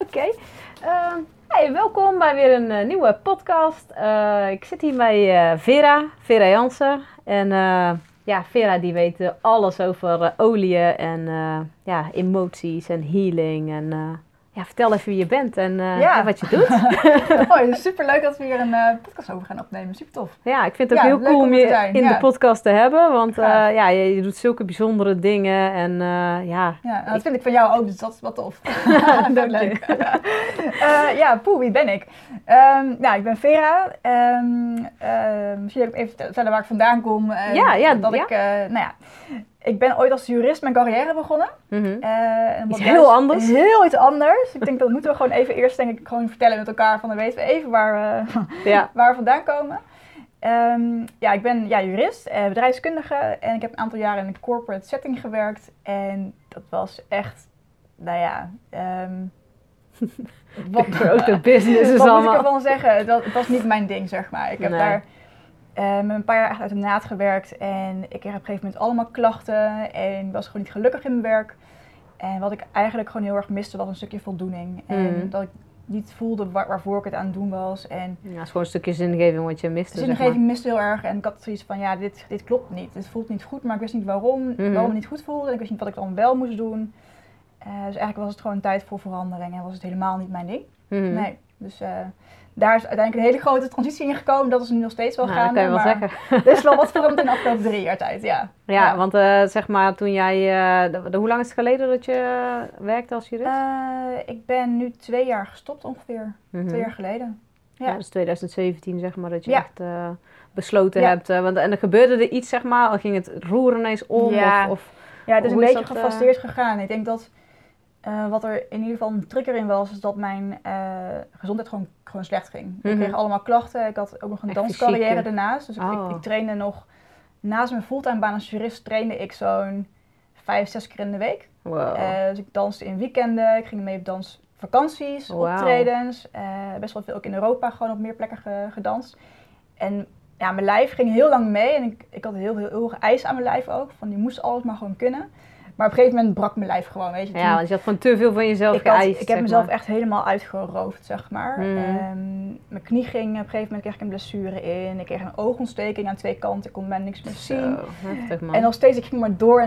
Oké. Hey, welkom bij weer een nieuwe podcast. Ik zit hier bij Vera Jansen. En Vera die weet alles over oliën en emoties en healing. En vertel even wie je bent en wat je doet. Superleuk dat we hier een podcast over gaan opnemen. Super tof. Ja, ik vind het ook heel cool om je in de podcast te hebben. Want je doet zulke bijzondere dingen. En dat vind ik van jou ook, dus dat is wat tof. Leuk. Wie ben ik? Ik ben Vera. Misschien even vertellen waar ik vandaan kom. Ik ben ooit als jurist mijn carrière begonnen. Mm-hmm. Heel anders. Heel iets anders. Ik denk dat moeten we gewoon even eerst gewoon vertellen met elkaar. Van dan weten we even waar we vandaan komen. Ik ben jurist, bedrijfskundige. En ik heb een aantal jaren in een corporate setting gewerkt. En dat was echt, wat grote business is wat allemaal. moet ik ervan zeggen? Dat was niet mijn ding, zeg maar. Ik heb daar met een paar jaar echt uit de naad gewerkt en ik kreeg op een gegeven moment allemaal klachten en was gewoon niet gelukkig in mijn werk. En wat ik eigenlijk gewoon heel erg miste was een stukje voldoening. En dat ik niet voelde waarvoor ik het aan het doen was. En het is gewoon een stukje zingeving wat je miste. De zingeving miste heel erg en ik had zoiets van dit klopt niet. Het voelt niet goed, maar ik wist niet waarom het niet goed voelde. En ik wist niet wat ik dan wel moest doen. Dus eigenlijk was het gewoon tijd voor verandering en was het helemaal niet mijn ding. Mm-hmm. Nee, dus daar is uiteindelijk een hele grote transitie in gekomen. Dat is nu nog steeds wel gaande. Dat kan je wel zeggen. Er is wel wat veranderd in de afgelopen 3 jaar tijd, Ja, want zeg maar toen jij... hoe lang is het geleden dat je werkte als jurist? Ik ben nu 2 jaar gestopt ongeveer. Mm-hmm. 2 jaar geleden. Ja, dus 2017 zeg maar dat je echt besloten hebt. En er gebeurde er iets zeg maar, al ging het roer ineens om? Ja, het is een beetje gefaseerd gegaan. Ik denk dat... wat er in ieder geval een trigger in was, is dat mijn gezondheid gewoon slecht ging. Mm-hmm. Ik kreeg allemaal klachten. Ik had ook nog een danscarrière daarnaast. Dus ik trainde nog, naast mijn fulltime baan als jurist, trainde ik zo'n 5-6 keer in de week. Wow. Dus ik danste in weekenden, ik ging mee op dansvakanties, optredens. Best wel veel ook in Europa, gewoon op meer plekken gedanst. En mijn lijf ging heel lang mee en ik had heel veel eisen aan mijn lijf ook. Van die moest alles maar gewoon kunnen. Maar op een gegeven moment brak mijn lijf gewoon, weet je. Ja, want je had gewoon te veel van jezelf geëist. Ik heb mezelf echt helemaal uitgeroofd, zeg maar. Mijn knie ging, op een gegeven moment kreeg ik een blessure in. Ik kreeg een oogontsteking aan 2 kanten. Ik kon bijna niks meer zien. Heftig, man. En nog steeds, ik ging maar door.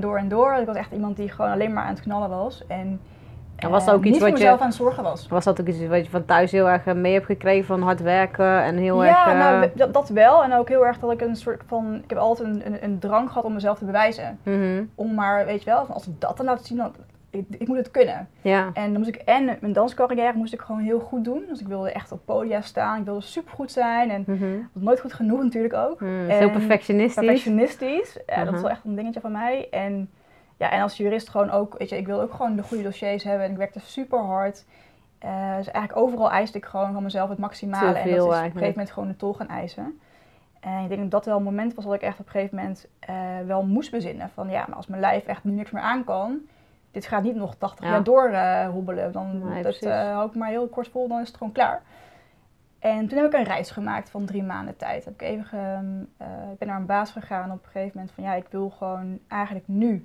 Ik was echt iemand die gewoon alleen maar aan het knallen was. En was dat ook iets niet voor mezelf aan het zorgen was. Was dat ook iets wat je van thuis heel erg mee hebt gekregen van hard werken en heel erg... dat wel. En ook heel erg dat ik een soort van... Ik heb altijd een drang gehad om mezelf te bewijzen. Mm-hmm. Om maar, weet je wel, als ik dat dan laat zien, dan... Ik moet het kunnen. Ja. En dan moest ik... En mijn danscarrière moest ik gewoon heel goed doen. Dus ik wilde echt op podia staan. Ik wilde supergoed zijn. En dat was nooit goed genoeg natuurlijk ook. Heel perfectionistisch. Ja, dat is wel echt een dingetje van mij. En als jurist gewoon ook, weet je, ik wilde ook gewoon de goede dossiers hebben en ik werkte super hard. Dus eigenlijk overal eiste ik gewoon van mezelf het maximale. En dat is op een gegeven moment gewoon de tol gaan eisen. En ik denk dat dat wel een moment was dat ik echt op een gegeven moment wel moest bezinnen. Van maar als mijn lijf echt nu niks meer aan kan, dit gaat niet nog 80 jaar door hobbelen. Dan hou ik maar heel kort vol, dan is het gewoon klaar. En toen heb ik een reis gemaakt van 3 maanden tijd. Ik ben naar een baas gegaan op een gegeven moment van ik wil gewoon eigenlijk nu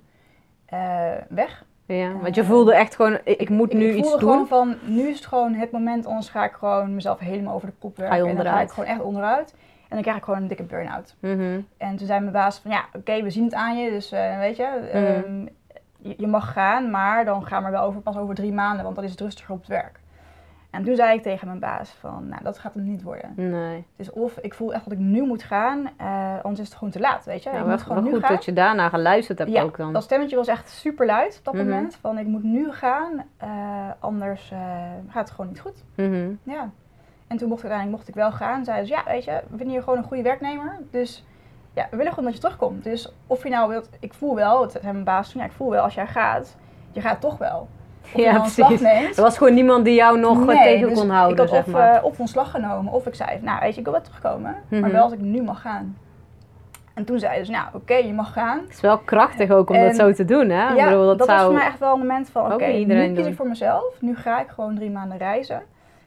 weg. Ja, want je voelde echt gewoon, ik moet nu iets doen. Ik voelde gewoon van, nu is het gewoon het moment, anders ga ik gewoon mezelf helemaal over de kop werken. En dan ga ik gewoon echt onderuit. En dan krijg ik gewoon een dikke burn-out. Mm-hmm. En toen zei mijn baas van, oké, we zien het aan je, dus weet je, je mag gaan, maar dan gaan we wel pas over 3 maanden, want dan is het rustiger op het werk. En toen zei ik tegen mijn baas van, dat gaat hem niet worden. Nee. Dus of ik voel echt dat ik nu moet gaan, anders is het gewoon te laat, weet je. Ja, ik moet gewoon nu goed gaan. Dat je daarna geluisterd hebt ook dan. Dat stemmetje was echt super luid op dat moment. Van, ik moet nu gaan, anders gaat het gewoon niet goed. Mm-hmm. Ja. En toen mocht ik wel gaan. Zeiden ze, weet je, we vinden je gewoon een goede werknemer. Dus we willen gewoon dat je terugkomt. Dus of je nou wilt, ik voel wel, het zei mijn baas toen, ik voel wel als jij gaat, je gaat toch wel. Of precies. Er was gewoon niemand die jou nog tegen kon houden, ik had of ontslag genomen, of ik zei, weet je, ik wil wel terugkomen, maar wel als ik nu mag gaan. En toen zeiden ze, oké, je mag gaan. Het is wel krachtig ook om dat zo te doen, hè? Ja, dat was voor mij echt wel een moment van, oké, nu kies ik voor mezelf. Nu ga ik gewoon 3 maanden reizen.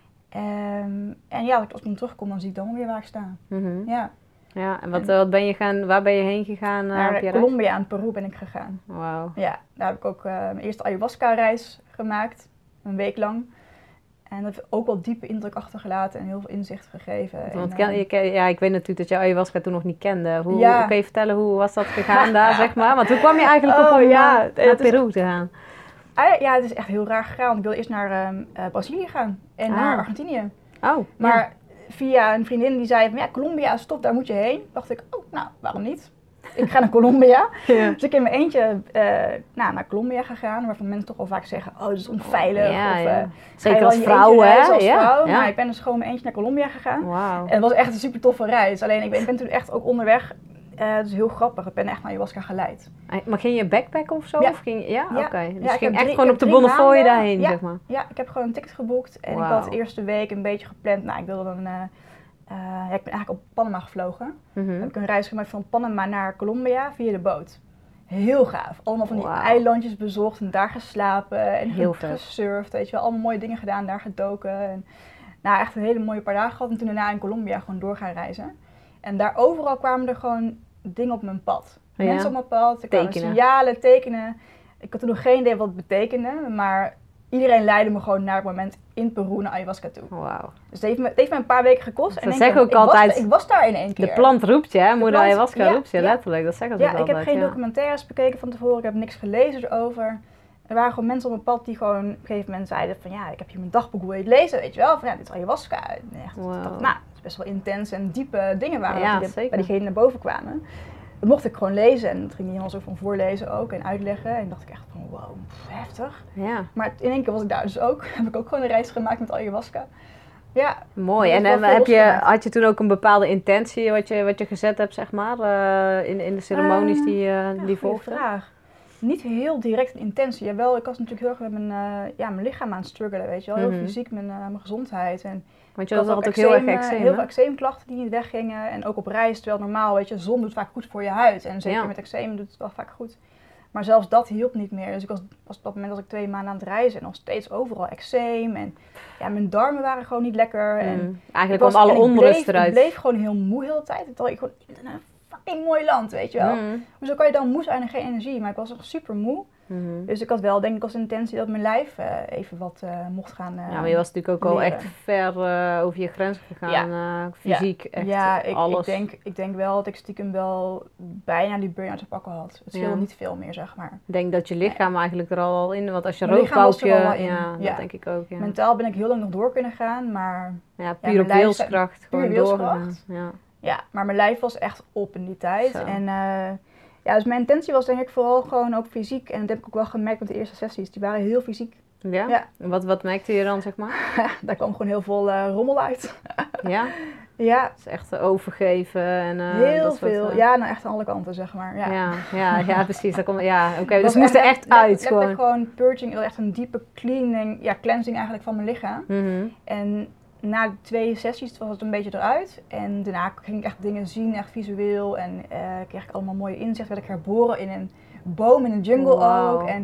En als ik dan terugkom, dan zie ik dan weer waar ik sta. Mm-hmm. Ja, en waar ben je heen gegaan? Naar Colombia en Peru ben ik gegaan. Wauw. Ja, daar heb ik ook mijn eerste ayahuasca-reis gemaakt. Een week lang. En dat heeft ook wel diepe indruk achtergelaten en heel veel inzicht gegeven. Want ik weet natuurlijk dat je ayahuasca toen nog niet kende. Kun je vertellen, hoe was dat gegaan daar, zeg maar? Want hoe kwam je eigenlijk op om naar Peru te gaan? Ja, het is echt heel raar gegaan. Want ik wilde eerst naar Brazilië gaan en naar Argentinië. Maar via een vriendin die zei van, Colombia, stop, daar moet je heen. Dacht ik, waarom niet? Ik ga naar Colombia. Dus ik in mijn eentje naar Colombia gegaan, waarvan mensen toch wel vaak zeggen, dat is onveilig. Zeker als vrouw, hè? Ja. Maar ik ben dus gewoon mijn eentje naar Colombia gegaan. Wow. En het was echt een super toffe reis. Alleen ik ben toen echt ook onderweg. Het is heel grappig. Ik ben echt naar ayahuasca geleid. Maar ging je backpacken of zo? Ja. Of ging je, oké. Dus ik ging heb echt gewoon op de Bonnefoy daarheen, zeg maar? Ja, ik heb gewoon een ticket geboekt. En ik had de eerste week een beetje gepland. Ik wilde dan... ik ben eigenlijk op Panama gevlogen. Dan heb ik een reis gemaakt van Panama naar Colombia via de boot. Heel gaaf. Allemaal van die eilandjes bezocht en daar geslapen en heel gesurfd. Weet je wel, allemaal mooie dingen gedaan, daar gedoken. En, echt een hele mooie paar dagen gehad. En toen daarna in Colombia gewoon door gaan reizen. En daar overal kwamen er gewoon dingen op mijn pad. Mensen op mijn pad, er kwamen signalen, tekenen. Ik had toen nog geen idee wat het betekende, maar iedereen leidde me gewoon naar het moment in Peru naar ayahuasca toe. Wow. Dus het heeft me een paar weken gekost. En zeggen ook altijd, ik was daar in één keer. De plant roept je, hè? Moeder ayahuasca roept je, letterlijk. Dat zeggen ze ook altijd. Ik heb geen documentaires bekeken van tevoren, ik heb niks gelezen erover. Er waren gewoon mensen op mijn pad die gewoon op een gegeven moment zeiden van ik heb hier mijn dagboek, wil je het lezen, weet je wel? Van dit is ayahuasca. En echt, het is best wel intens en diepe dingen waren die bij diegene naar boven kwamen. Dat mocht ik gewoon lezen en dat ging hij helemaal zo van voorlezen ook en uitleggen. En dacht ik echt van wow, heftig. Ja. Maar in één keer was ik daar dus ook. Heb ik ook gewoon een reis gemaakt met ayahuasca. Ja. Mooi. En had je toen ook een bepaalde intentie wat je gezet hebt, zeg maar, in de ceremonies die volgden? Vraag. Niet heel direct een intentie. Jawel, ik was natuurlijk heel erg met mijn lichaam aan het struggelen, weet je wel. Heel fysiek, mijn gezondheid. En want je had altijd heel erg eczeem, heel veel eczeemklachten die niet weggingen. En ook op reis, terwijl normaal, weet je, zon doet vaak goed voor je huid. En zeker met eczeem doet het wel vaak goed. Maar zelfs dat hielp niet meer. Dus ik was op dat moment 2 maanden aan het reizen en nog steeds overal eczeem. En mijn darmen waren gewoon niet lekker. En eigenlijk kwam alle onrust eruit. Ik bleef gewoon heel moe de hele tijd. Ik dacht, ik ben een fucking mooi land, weet je wel. Hoezo kan je dan moe zijn en geen energie? Maar ik was echt super moe. Dus ik had wel, denk ik, als intentie dat mijn lijf even wat mocht gaan maar je was natuurlijk ook al echt ver over je grenzen gegaan, fysiek, echt alles. Ik denk wel dat ik stiekem wel bijna die burn-out te pakken had. Het scheelde niet veel meer, zeg maar. Ik denk dat je lichaam eigenlijk er al in, want als je rookpauwtje, dat denk ik ook. Ja. Mentaal ben ik heel lang nog door kunnen gaan, maar... Ja, puur op wilskracht, gewoon doorgegaan. Ja, maar mijn lijf was echt op in die tijd. Zo. En dus mijn intentie was denk ik vooral gewoon ook fysiek. En dat heb ik ook wel gemerkt met de eerste sessies. Die waren heel fysiek. Ja? En wat merkte je dan, zeg maar? Daar kwam gewoon heel veel rommel uit. Ja? Ja. Het is echt overgeven en heel dat veel. Soort, ja, nou echt aan alle kanten, zeg maar. Ja, precies. Dat komt, dus het moest er echt uit. Gewoon purging, echt een diepe cleansing eigenlijk van mijn lichaam. En na de 2 sessies was het een beetje eruit. En daarna ging ik echt dingen zien, echt visueel. En kreeg ik allemaal mooie inzichten. Werd ik herboren in een boom in een jungle ook. En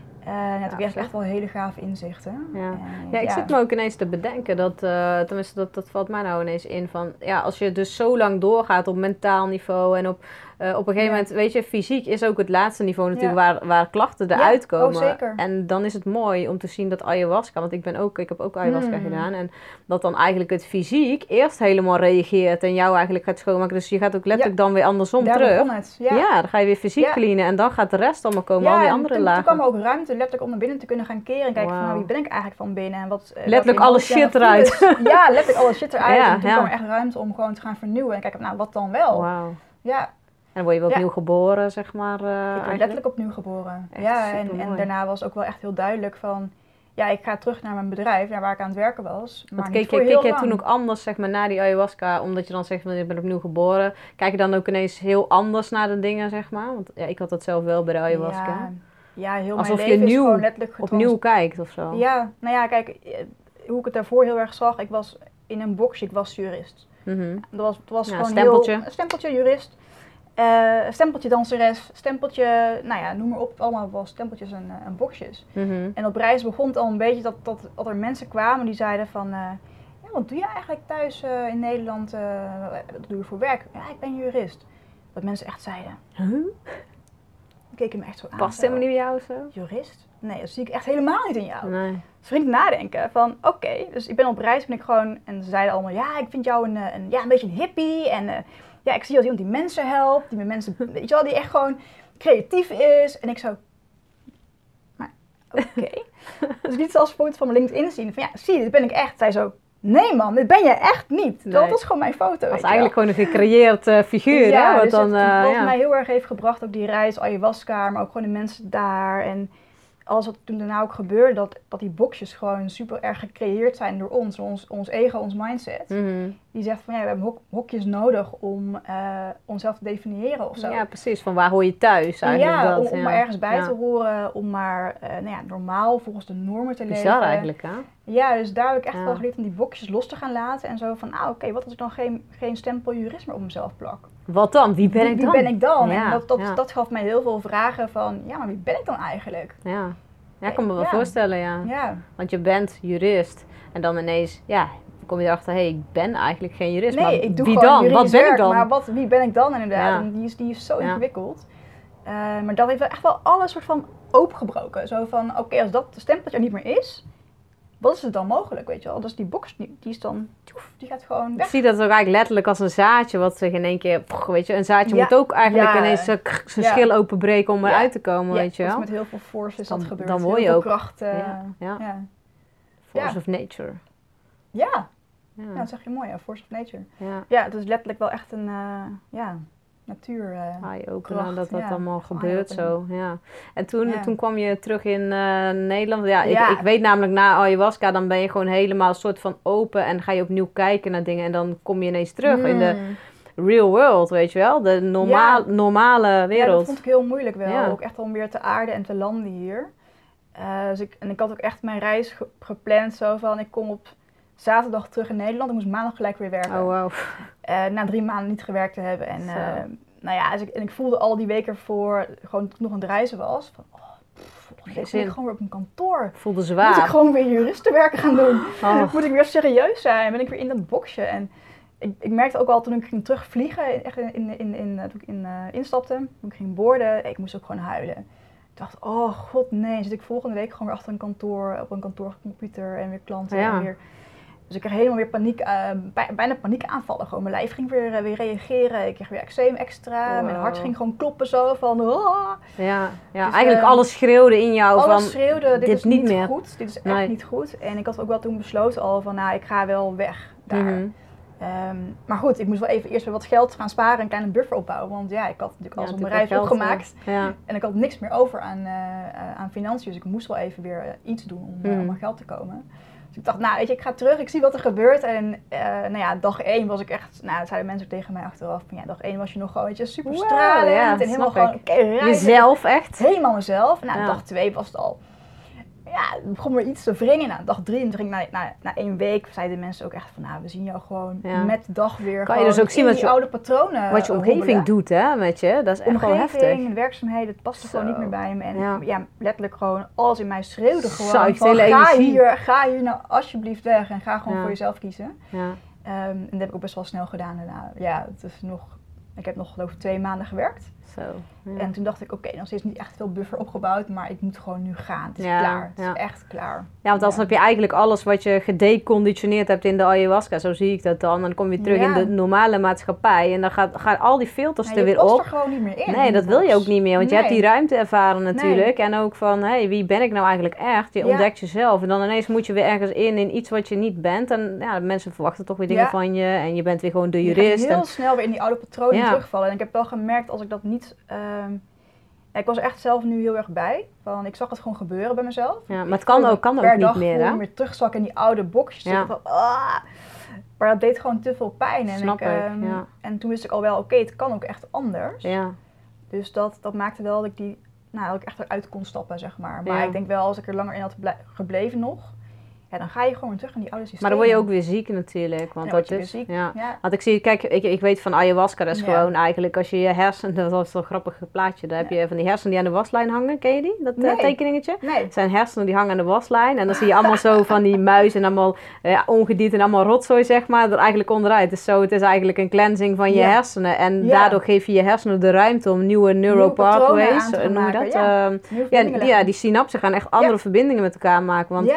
toen kreeg ik echt wel hele gave inzichten. Ik zit me ook ineens te bedenken. Tenminste, dat valt mij nou ineens in. Van, als je dus zo lang doorgaat op mentaal niveau en op een gegeven moment, weet je, fysiek is ook het laatste niveau natuurlijk waar klachten eruit komen. Zeker. En dan is het mooi om te zien dat ayahuasca, want ik heb ook ayahuasca gedaan. En dat dan eigenlijk het fysiek eerst helemaal reageert en jou eigenlijk gaat schoonmaken. Dus je gaat ook letterlijk dan weer andersom terug. Dan ga je weer fysiek cleanen en dan gaat de rest allemaal komen, al die andere lagen. Toen kwam er ook ruimte letterlijk om naar binnen te kunnen gaan keren en kijken van wie ben ik eigenlijk van binnen. En wat, letterlijk alle shit eruit. Ja, letterlijk alle shit eruit. En toen kwam er echt ruimte om gewoon te gaan vernieuwen en kijken, wat dan wel. Wow. Ja. En dan word je weer opnieuw geboren, zeg maar. Ik ben letterlijk opnieuw geboren. En daarna was ook wel echt heel duidelijk van... ik ga terug naar mijn bedrijf, naar waar ik aan het werken was. Maar keek jij toen ook anders, zeg maar, naar die ayahuasca? Omdat je dan zegt, ik ben opnieuw geboren. Kijk je dan ook ineens heel anders naar de dingen, zeg maar? Want ik had dat zelf wel bij de ayahuasca. Ja, heel alsof mijn leven je is gewoon letterlijk opnieuw kijkt of zo. Ja, kijk, hoe ik het daarvoor heel erg zag. Ik was in een boxje, ik was jurist. Dat was gewoon stempeltje. Een stempeltje jurist. Stempeltje danseres, stempeltje, noem maar op, allemaal wel stempeltjes en boxjes. En op reis begon het al een beetje dat er mensen kwamen die zeiden van, wat doe je eigenlijk thuis in Nederland, wat doe je voor werk? Ja, ik ben jurist. Dat mensen echt zeiden, keek me echt zo aan. Past helemaal niet bij jou of zo? Jurist? Nee, dat zie ik echt helemaal niet in jou. Nee. Dus vrienden nadenken van, oké, dus ik ben op reis, ben ik gewoon, en ze zeiden allemaal, ja, ik vind jou een beetje een hippie. En ja, ik zie als iemand die mensen helpt, die met mensen, weet je wel, die echt gewoon creatief is. En ik zo, maar oké. Dus niet zoals foto's van mijn LinkedIn zien, van ja, zie je, dit ben ik echt. Zij zo, nee man, dit ben je echt niet. Nee. Dat was gewoon mijn foto. Dat is eigenlijk gewoon een gecreëerd figuur, ja, hè? Wat, dus dan, wat mij heel erg heeft gebracht, ook die reis, ayahuasca, maar ook gewoon de mensen daar. En alles wat toen daarna ook gebeurde, dat die boxjes gewoon super erg gecreëerd zijn door ons ego, ons mindset. Mm-hmm. Die zegt van ja, we hebben hokjes nodig om onszelf te definiëren of zo. Ja, precies. Van waar hoor je thuis eigenlijk? Ja, dat, om maar ergens bij te horen, om maar normaal volgens de normen te leven. Bizar eigenlijk, hè? Ja, dus daar heb ik echt wel geleerd om die boxjes los te gaan laten. En zo van, oké, wat als ik dan geen stempel jurist meer op mezelf plak? Wat dan? Wie ben ik dan? Wie ben ik dan? Ja, en dat gaf mij heel veel vragen van, ja, maar wie ben ik dan eigenlijk? Ja, ik kan me wel voorstellen, ja. Want je bent jurist en dan ineens, kom je erachter, ik ben eigenlijk geen jurist. Nee, maar ik doe wie gewoon dan? Wat ben ik dan? Maar wie ben ik dan inderdaad? Ja. En die is zo ingewikkeld. Maar dat heeft wel echt wel alles soort van opengebroken. Zo van, oké, als dat de stempeltje er niet meer is, wat is het dan mogelijk, weet je wel? Dus die box, die is dan, die gaat gewoon weg. Ik zie dat ook eigenlijk letterlijk als een zaadje, wat zich in één keer, weet je, een zaadje moet ook eigenlijk ineens zijn schil openbreken om eruit te komen, weet je wel? Dus met heel veel force is dat gebeurd. Dan word je ook. Kracht, Force of nature. Ja, dat zeg je mooi, force of nature. Ja, het is letterlijk wel echt een, natuur. Eye-opener dat allemaal gebeurt zo. Ja. En toen kwam je terug in Nederland. Ik weet namelijk na ayahuasca, dan ben je gewoon helemaal een soort van open en ga je opnieuw kijken naar dingen en dan kom je ineens terug in de real world, weet je wel? De normale wereld. Ja, dat vond ik heel moeilijk wel. Ja. Ook echt om weer te aarden en te landen hier. Dus ik had ook echt mijn reis gepland zo van, ik kom op zaterdag terug in Nederland. Ik moest maandag gelijk weer werken. Oh, wow. Na 3 maanden niet gewerkt te hebben. En ik voelde al die weken voor, gewoon toen ik nog aan het reizen was. Van, ben ik gewoon weer op een kantoor. Voelde zwaar. Moet ik gewoon weer juristenwerk gaan doen? Moet ik weer serieus zijn? Ben ik weer in dat boxje? En ik merkte ook al toen ik ging terugvliegen, echt toen ik instapte, toen ik ging boarden, ik moest ook gewoon huilen. Ik dacht, oh god nee, zit ik volgende week gewoon weer achter een kantoor, op een kantoorcomputer en weer klanten en weer. Dus ik kreeg helemaal weer paniek, bijna paniekaanvallen. Gewoon mijn lijf ging weer reageren. Ik kreeg weer eczeem extra. Wow. Mijn hart ging gewoon kloppen zo van... Ja, dus, eigenlijk alles schreeuwde in jou alles van... Alles schreeuwde, dit is niet meer goed. Dit is echt niet goed. En ik had ook wel toen besloten al van, ik ga wel weg daar. Mm-hmm. Maar goed, ik moest wel even eerst weer wat geld gaan sparen en een kleine buffer opbouwen. Want ik had natuurlijk alles op mijn reis opgemaakt. En ik had niks meer over aan financiën. Dus ik moest wel even weer iets doen om aan geld te komen. Dus ik dacht, weet je, ik ga terug, ik zie wat er gebeurt. En dag 1 was ik echt, dat zeiden mensen tegen mij achteraf. Van, dag 1 was je nog gewoon, weet je, super stralend. En helemaal gewoon, jezelf echt? Helemaal mezelf. En dag 2 was het al, het begon weer iets te wringen. Dag 3 en toen ging na 1 week zeiden mensen ook echt van, we zien jou gewoon met de dag weer. Kan je dus ook zien wat je oude patronen wat je omgeving doet, hè, met je. Dat is echt wel heftig. Werkzaamheden, het paste gewoon niet meer bij me. En letterlijk gewoon alles in mij schreeuwde gewoon van, ga hier nou alsjeblieft weg en ga gewoon voor jezelf kiezen. En dat heb ik ook best wel snel gedaan daarna. Het is ik heb nog geloof ik 2 maanden gewerkt. Zo, En toen dacht ik, oké, nog steeds niet echt veel buffer opgebouwd, maar ik moet gewoon nu gaan. Het is klaar. Het is echt klaar. Ja, want dan heb je eigenlijk alles wat je gedeconditioneerd hebt in de ayahuasca, zo zie ik dat dan. Dan kom je terug in de normale maatschappij en dan gaan al die filters er weer op. Je past er gewoon niet meer in. Nee, dat wil je ook niet meer, want je hebt die ruimte ervaren natuurlijk. En ook van, wie ben ik nou eigenlijk echt? Je ontdekt jezelf en dan ineens moet je weer ergens in iets wat je niet bent. En mensen verwachten toch weer dingen van je en je bent weer gewoon de jurist. Je gaat heel snel weer in die oude patronen terugvallen. En ik heb wel gemerkt als ik dat niet... ik was er echt zelf nu heel erg bij. Van, ik zag het gewoon gebeuren bij mezelf. Ja, maar het kan ook niet meer, hè? Weer terugzakken in die oude boxjes. Van, maar dat deed gewoon te veel pijn. En, en toen wist ik al wel, oké, het kan ook echt anders. Ja. Dus dat maakte wel dat ik dat ik echt eruit kon stappen, zeg maar. Maar ik denk wel, als ik er langer in had gebleven nog... ja, dan ga je gewoon terug in die oude systemen. Maar dan word je ook weer ziek natuurlijk. Want dat is ziek. Ja. Ja. Want ik zie, kijk, ik weet van ayahuasca, dat is gewoon eigenlijk als je je hersenen, dat was zo'n grappig plaatje, daar heb je van die hersenen die aan de waslijn hangen, ken je die? Dat tekeningetje? Nee. Het zijn hersenen die hangen aan de waslijn en dan zie je allemaal zo van die muizen en allemaal ongedierte en allemaal rotzooi zeg maar, er eigenlijk onderuit. Dus zo, het is eigenlijk een cleansing van je hersenen en daardoor geef je je hersenen de ruimte om nieuwe neuropathways, noem je dat? Die synapsen gaan echt andere verbindingen met elkaar maken, want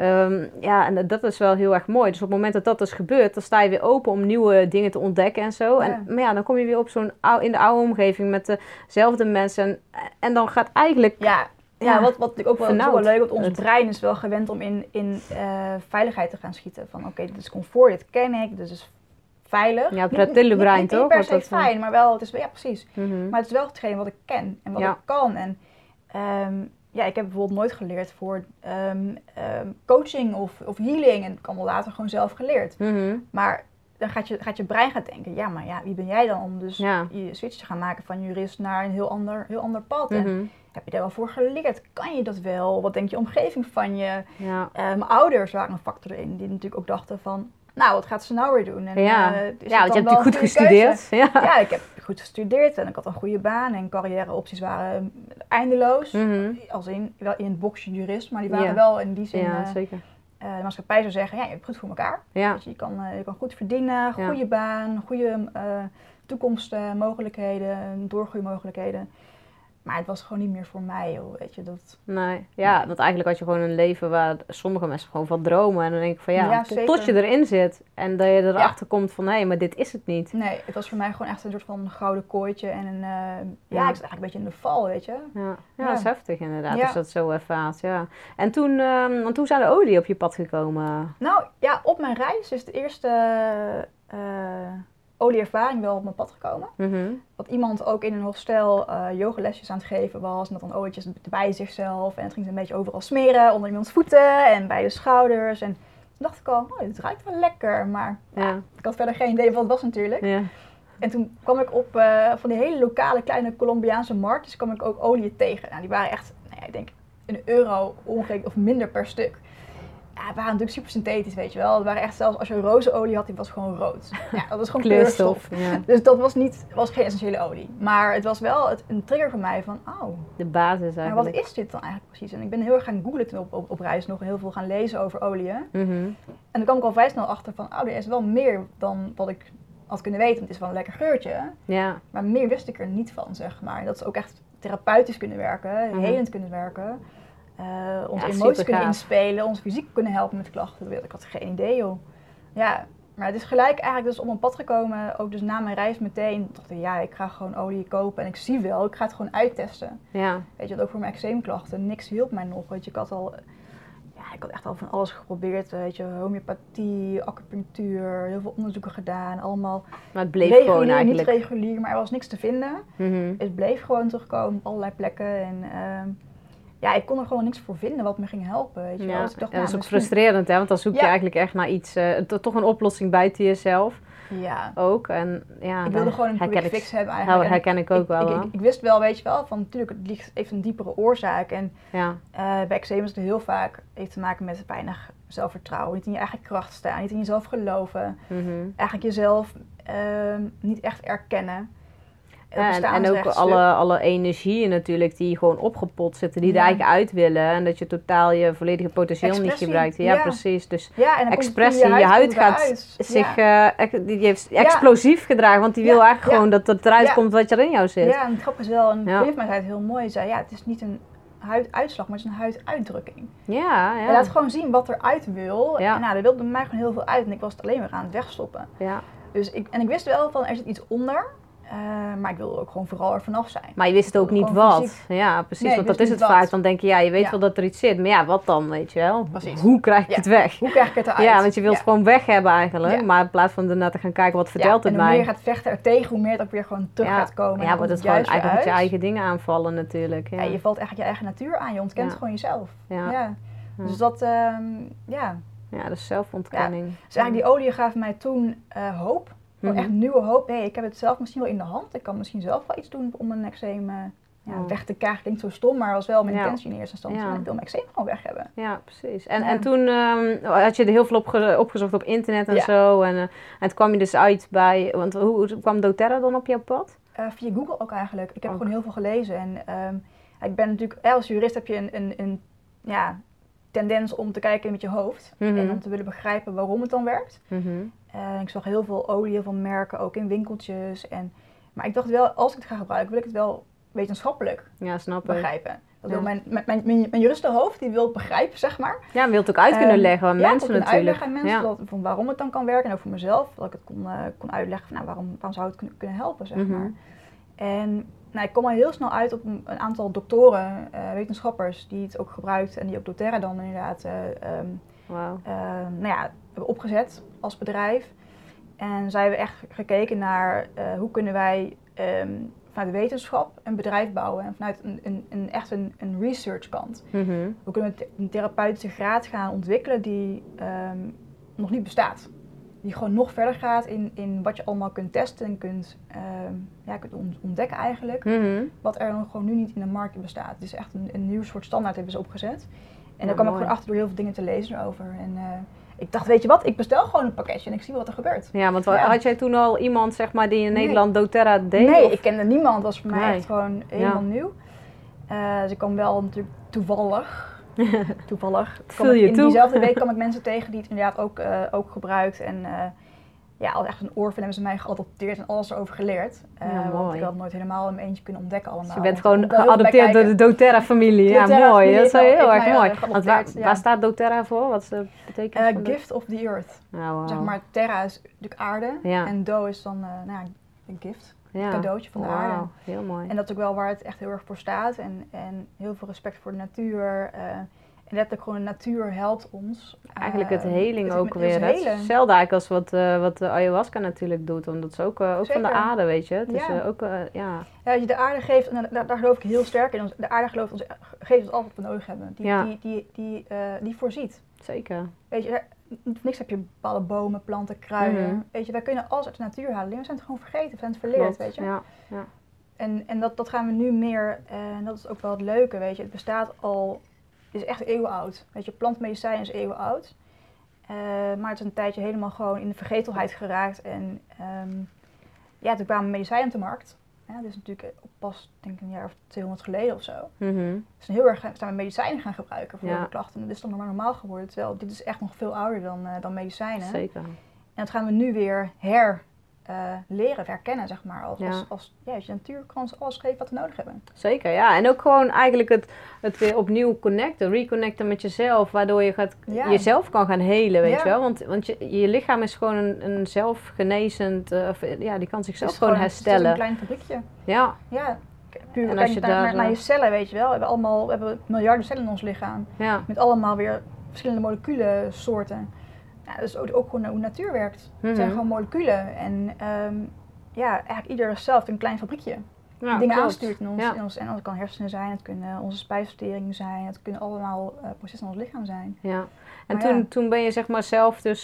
en dat is wel heel erg mooi. Dus op het moment dat dat dus gebeurt, dan sta je weer open om nieuwe dingen te ontdekken en zo. Ja. Maar ja, dan kom je weer op in de oude omgeving met dezelfde mensen. En dan gaat eigenlijk... Ja, wat ik ook wel leuk, want ons brein is wel gewend om in veiligheid te gaan schieten. Van oké, dit is comfort, dit ken ik, dit is veilig. Ja, reptielenbrein toch? Niet per se fijn, maar wel, het is, precies. Mm-hmm. Maar het is wel hetgeen wat ik ken en wat ik kan. En ik heb bijvoorbeeld nooit geleerd voor coaching of healing. En ik kan wel later gewoon zelf geleerd. Mm-hmm. Maar dan gaat je brein denken, wie ben jij dan om dus je switch te gaan maken van jurist naar een heel ander pad. Mm-hmm. En heb je daar wel voor geleerd? Kan je dat wel? Wat denkt je omgeving van je? Ja. Mijn ouders waren een factor in die natuurlijk ook dachten van, nou, wat gaat ze nou weer doen? En, want je hebt natuurlijk goed gestudeerd. Ja, ik heb goed gestudeerd en ik had een goede baan en carrièreopties waren eindeloos. Mm-hmm. Als wel in het boxje jurist, maar die waren wel in die zin... Ja, zeker. De maatschappij zou zeggen, je hebt het goed voor elkaar. Ja. Dus je kan goed verdienen, goede baan, goede toekomstmogelijkheden, doorgroeimogelijkheden. Maar het was gewoon niet meer voor mij, joh, weet je. Nee, want eigenlijk had je gewoon een leven waar sommige mensen gewoon van dromen. En dan denk ik van tot je erin zit en dat je erachter komt van, nee, maar dit is het niet. Nee, het was voor mij gewoon echt een soort van gouden kooitje en ik zat eigenlijk een beetje in de val, weet je. Ja, dat is heftig inderdaad, als dat zo ervaart, En toen, want toen zijn de olie op je pad gekomen? Nou, op mijn reis is de eerste... olieervaring wel op mijn pad gekomen. Mm-hmm. Dat iemand ook in een hostel yogalesjes aan het geven was. En dat dan olietjes bij zichzelf. En het ging ze een beetje overal smeren. Onder iemands voeten en bij de schouders. En toen dacht ik al, dit ruikt wel lekker. Maar ik had verder geen idee wat het was natuurlijk. Ja. En toen kwam ik op van die hele lokale kleine Colombiaanse marktjes kwam ik ook olie tegen. Nou, die waren echt, ik denk €1 ongeveer of minder per stuk. Ja, het waren natuurlijk super synthetisch, weet je wel. Het waren echt zelfs, als je rozenolie had, die was gewoon rood. Ja, dat was gewoon kleurstof. Ja. Dus dat was geen essentiële olie. Maar het was wel een trigger voor mij van, de basis eigenlijk. Maar wat is dit dan eigenlijk precies? En ik ben heel erg gaan googlen toen op reis nog en heel veel gaan lezen over oliën. Mm-hmm. En dan kwam ik al vrij snel achter van, er is wel meer dan wat ik had kunnen weten. Het is wel een lekker geurtje. Ja. Maar meer wist ik er niet van, zeg maar. Dat ze ook echt therapeutisch kunnen werken, helend kunnen werken. Onze emoties kunnen inspelen, ons fysiek kunnen helpen met klachten. Ik had geen idee, joh. Ja, maar het is gelijk eigenlijk dus op mijn pad gekomen, ook dus na mijn reis meteen. Dacht ik, ik ga gewoon olie kopen en ik zie wel, ik ga het gewoon uittesten. Ja. Weet je, want ook voor mijn eczeemklachten, niks hielp mij nog. Weet je, ik had echt al van alles geprobeerd, weet je, homeopathie, acupunctuur, heel veel onderzoeken gedaan, allemaal. Maar het bleef regulier, gewoon eigenlijk. Niet regulier, maar er was niks te vinden. Mm-hmm. Het bleef gewoon terugkomen op allerlei plekken en... ik kon er gewoon niks voor vinden wat me ging helpen, weet je wel. Dus ik dacht, dat is ook frustrerend, hè? Want dan zoek je eigenlijk echt naar iets, toch een oplossing buiten jezelf. Ja. Ook. En, ik wilde gewoon een quick fix hebben eigenlijk. Dat herken ik ook wel. Ik wist wel, weet je wel, van natuurlijk, het heeft een diepere oorzaak. En bij eczeem is het heel vaak heeft te maken met weinig zelfvertrouwen. Niet in je eigen kracht staan, niet in jezelf geloven. Mm-hmm. Eigenlijk jezelf niet echt erkennen. En ook alle energieën natuurlijk die gewoon opgepot zitten, die er eigenlijk uit willen. En dat je totaal je volledige potentieel niet gebruikt. Ja, precies. Dus expressie, je huid gaat zich die heeft explosief gedragen, want die wil eigenlijk gewoon dat het eruit komt wat er in jou zit. Ja, en het grappige is wel, een vriend van mij zei het heel mooi, zei het is niet een huiduitslag, maar het is een huiduitdrukking. Ja. Je laat gewoon zien wat eruit wil. Ja. En er wilde bij mij gewoon heel veel uit en ik was het alleen weer aan het wegstoppen. Ja. Dus ik wist wel van, er zit iets onder. Maar ik wilde ook gewoon vooral er vanaf zijn. Maar je wist ook niet wat. Fysiek. Ja, precies. Nee, want dat is het vaak. Dan denk je, je weet wel dat er iets zit. Maar wat dan, weet je wel? Precies. Hoe krijg ik het weg? Hoe krijg ik het eruit? Ja, want je wilt het gewoon weg hebben eigenlijk. Ja. Maar in plaats van daarna te gaan kijken, wat vertelt het mij? En hoe meer je gaat vechten ertegen, hoe meer het ook weer gewoon terug gaat komen. Ja, wordt het gewoon eigenlijk met je eigen dingen aanvallen natuurlijk. Ja, je valt eigenlijk je eigen natuur aan. Je ontkent gewoon jezelf. Ja. Dus dat, Ja, dat is zelfontkenning. Dus eigenlijk die olie gaf mij toen hoop. Echt nieuwe hoop. Ik heb het zelf misschien wel in de hand. Ik kan misschien zelf wel iets doen om een eczeem weg te krijgen. Klinkt zo stom, maar was wel mijn intentie in eerste instantie. Ik wil mijn eczeem gewoon weg hebben. Ja, precies. En toen had je er heel veel opgezocht op internet en zo. En toen kwam je dus uit bij... Want hoe kwam doTERRA dan op jouw pad? Via Google ook eigenlijk. Ik heb gewoon heel veel gelezen. En ik ben natuurlijk... als jurist heb je een tendens om te kijken met je hoofd. En om te willen begrijpen waarom het dan werkt. Ik zag heel veel olie, heel veel merken, ook in winkeltjes. Maar ik dacht wel, als ik het ga gebruiken, wil ik het wel wetenschappelijk begrijpen. Dat wil mijn juristenhoofd, die wil het begrijpen, zeg maar. Ja, wil het ook uit kunnen leggen aan mensen natuurlijk. Uitleggen aan mensen van waarom het dan kan werken. En ook voor mezelf, dat ik het kon uitleggen van waarom zou het kunnen helpen, zeg maar. En ik kom al heel snel uit op een aantal doktoren, wetenschappers, die het ook gebruikt en die ook doTERRA dan inderdaad hebben opgezet als bedrijf. En zij hebben echt gekeken naar hoe kunnen wij vanuit de wetenschap een bedrijf bouwen en vanuit een research kant. Hoe kunnen we een therapeutische graad gaan ontwikkelen die nog niet bestaat. Die gewoon nog verder gaat in wat je allemaal kunt testen en kunt ontdekken eigenlijk. Wat er nog gewoon nu niet in de markt bestaat. Het is echt een nieuw soort standaard hebben ze opgezet. En daar kwam ik gewoon achter door heel veel dingen te lezen erover. En ik dacht, weet je wat, ik bestel gewoon een pakketje en ik zie wat er gebeurt. Ja, want had jij toen al iemand zeg maar die in Nederland doTERRA deed? Nee, ik kende niemand. Dat was voor mij echt gewoon helemaal nieuw. Dus ik kwam wel natuurlijk toevallig. In diezelfde week kwam ik mensen tegen die het inderdaad ook gebruikt. En als echt een orphan hebben ze mij geadopteerd en alles erover geleerd. Want ik had het nooit helemaal in mijn eentje kunnen ontdekken allemaal. Dus je bent gewoon geadopteerd door de doTERRA-familie. Ja, mooi. Dat is wel heel erg mooi. Want waar staat doTERRA voor? Wat is de betekenis van Gift of the Earth. Zeg maar, terra is natuurlijk aarde. En do is dan een gift. Een cadeautje van de aarde. Heel mooi. En dat is ook wel waar het echt heel erg voor staat. En heel veel respect voor de natuur. En letterlijk gewoon de natuur helpt ons. Eigenlijk het heling ook weer. Hetzelfde eigenlijk als wat de ayahuasca natuurlijk doet. Want dat is ook van de aarde, weet je. Het is ook, als je de aarde geeft, en daar geloof ik heel sterk in. De aarde geeft ons altijd wat we nodig hebben. Die voorziet. Zeker. Weet je, voor niks heb je bepaalde bomen, planten, kruiden. Weet je, wij kunnen alles uit de natuur halen. We zijn het gewoon vergeten, we zijn het verleerd, weet je. Ja. En dat gaan we nu meer, en dat is ook wel het leuke, weet je. Het bestaat al... Het is echt eeuwenoud. Weet je, plantmedicijn is eeuwenoud. Maar het is een tijdje helemaal gewoon in de vergetelheid geraakt. En toen kwamen medicijnen op de markt. Dat is natuurlijk pas, denk ik, een jaar of 200 geleden of zo. Dus heel erg zijn we medicijnen gaan gebruiken voor de klachten. En dat is dan normaal geworden. Terwijl dit is echt nog veel ouder dan medicijnen. Zeker. En dat gaan we nu weer leren, herkennen, zeg maar. Als je natuur kan ons alles geven wat we nodig hebben. Zeker, ja. En ook gewoon eigenlijk het weer opnieuw reconnecten met jezelf, waardoor je jezelf kan gaan helen, weet je wel. Want je lichaam is gewoon een zelfgenezend, die kan zichzelf gewoon herstellen. Het is een klein fabriekje. Ja. Puur kijk naar je cellen, weet je wel. We hebben miljarden cellen in ons lichaam. Ja. Met allemaal weer verschillende moleculensoorten. Dat is ook gewoon hoe natuur werkt. Het zijn gewoon moleculen. En eigenlijk ieder zelf een klein fabriekje. Die dingen aanstuurt in ons. En dat kan hersenen zijn, het kunnen onze spijsvertering zijn. Het kunnen allemaal processen in ons lichaam zijn. Ja. En toen ben je zeg maar zelf dus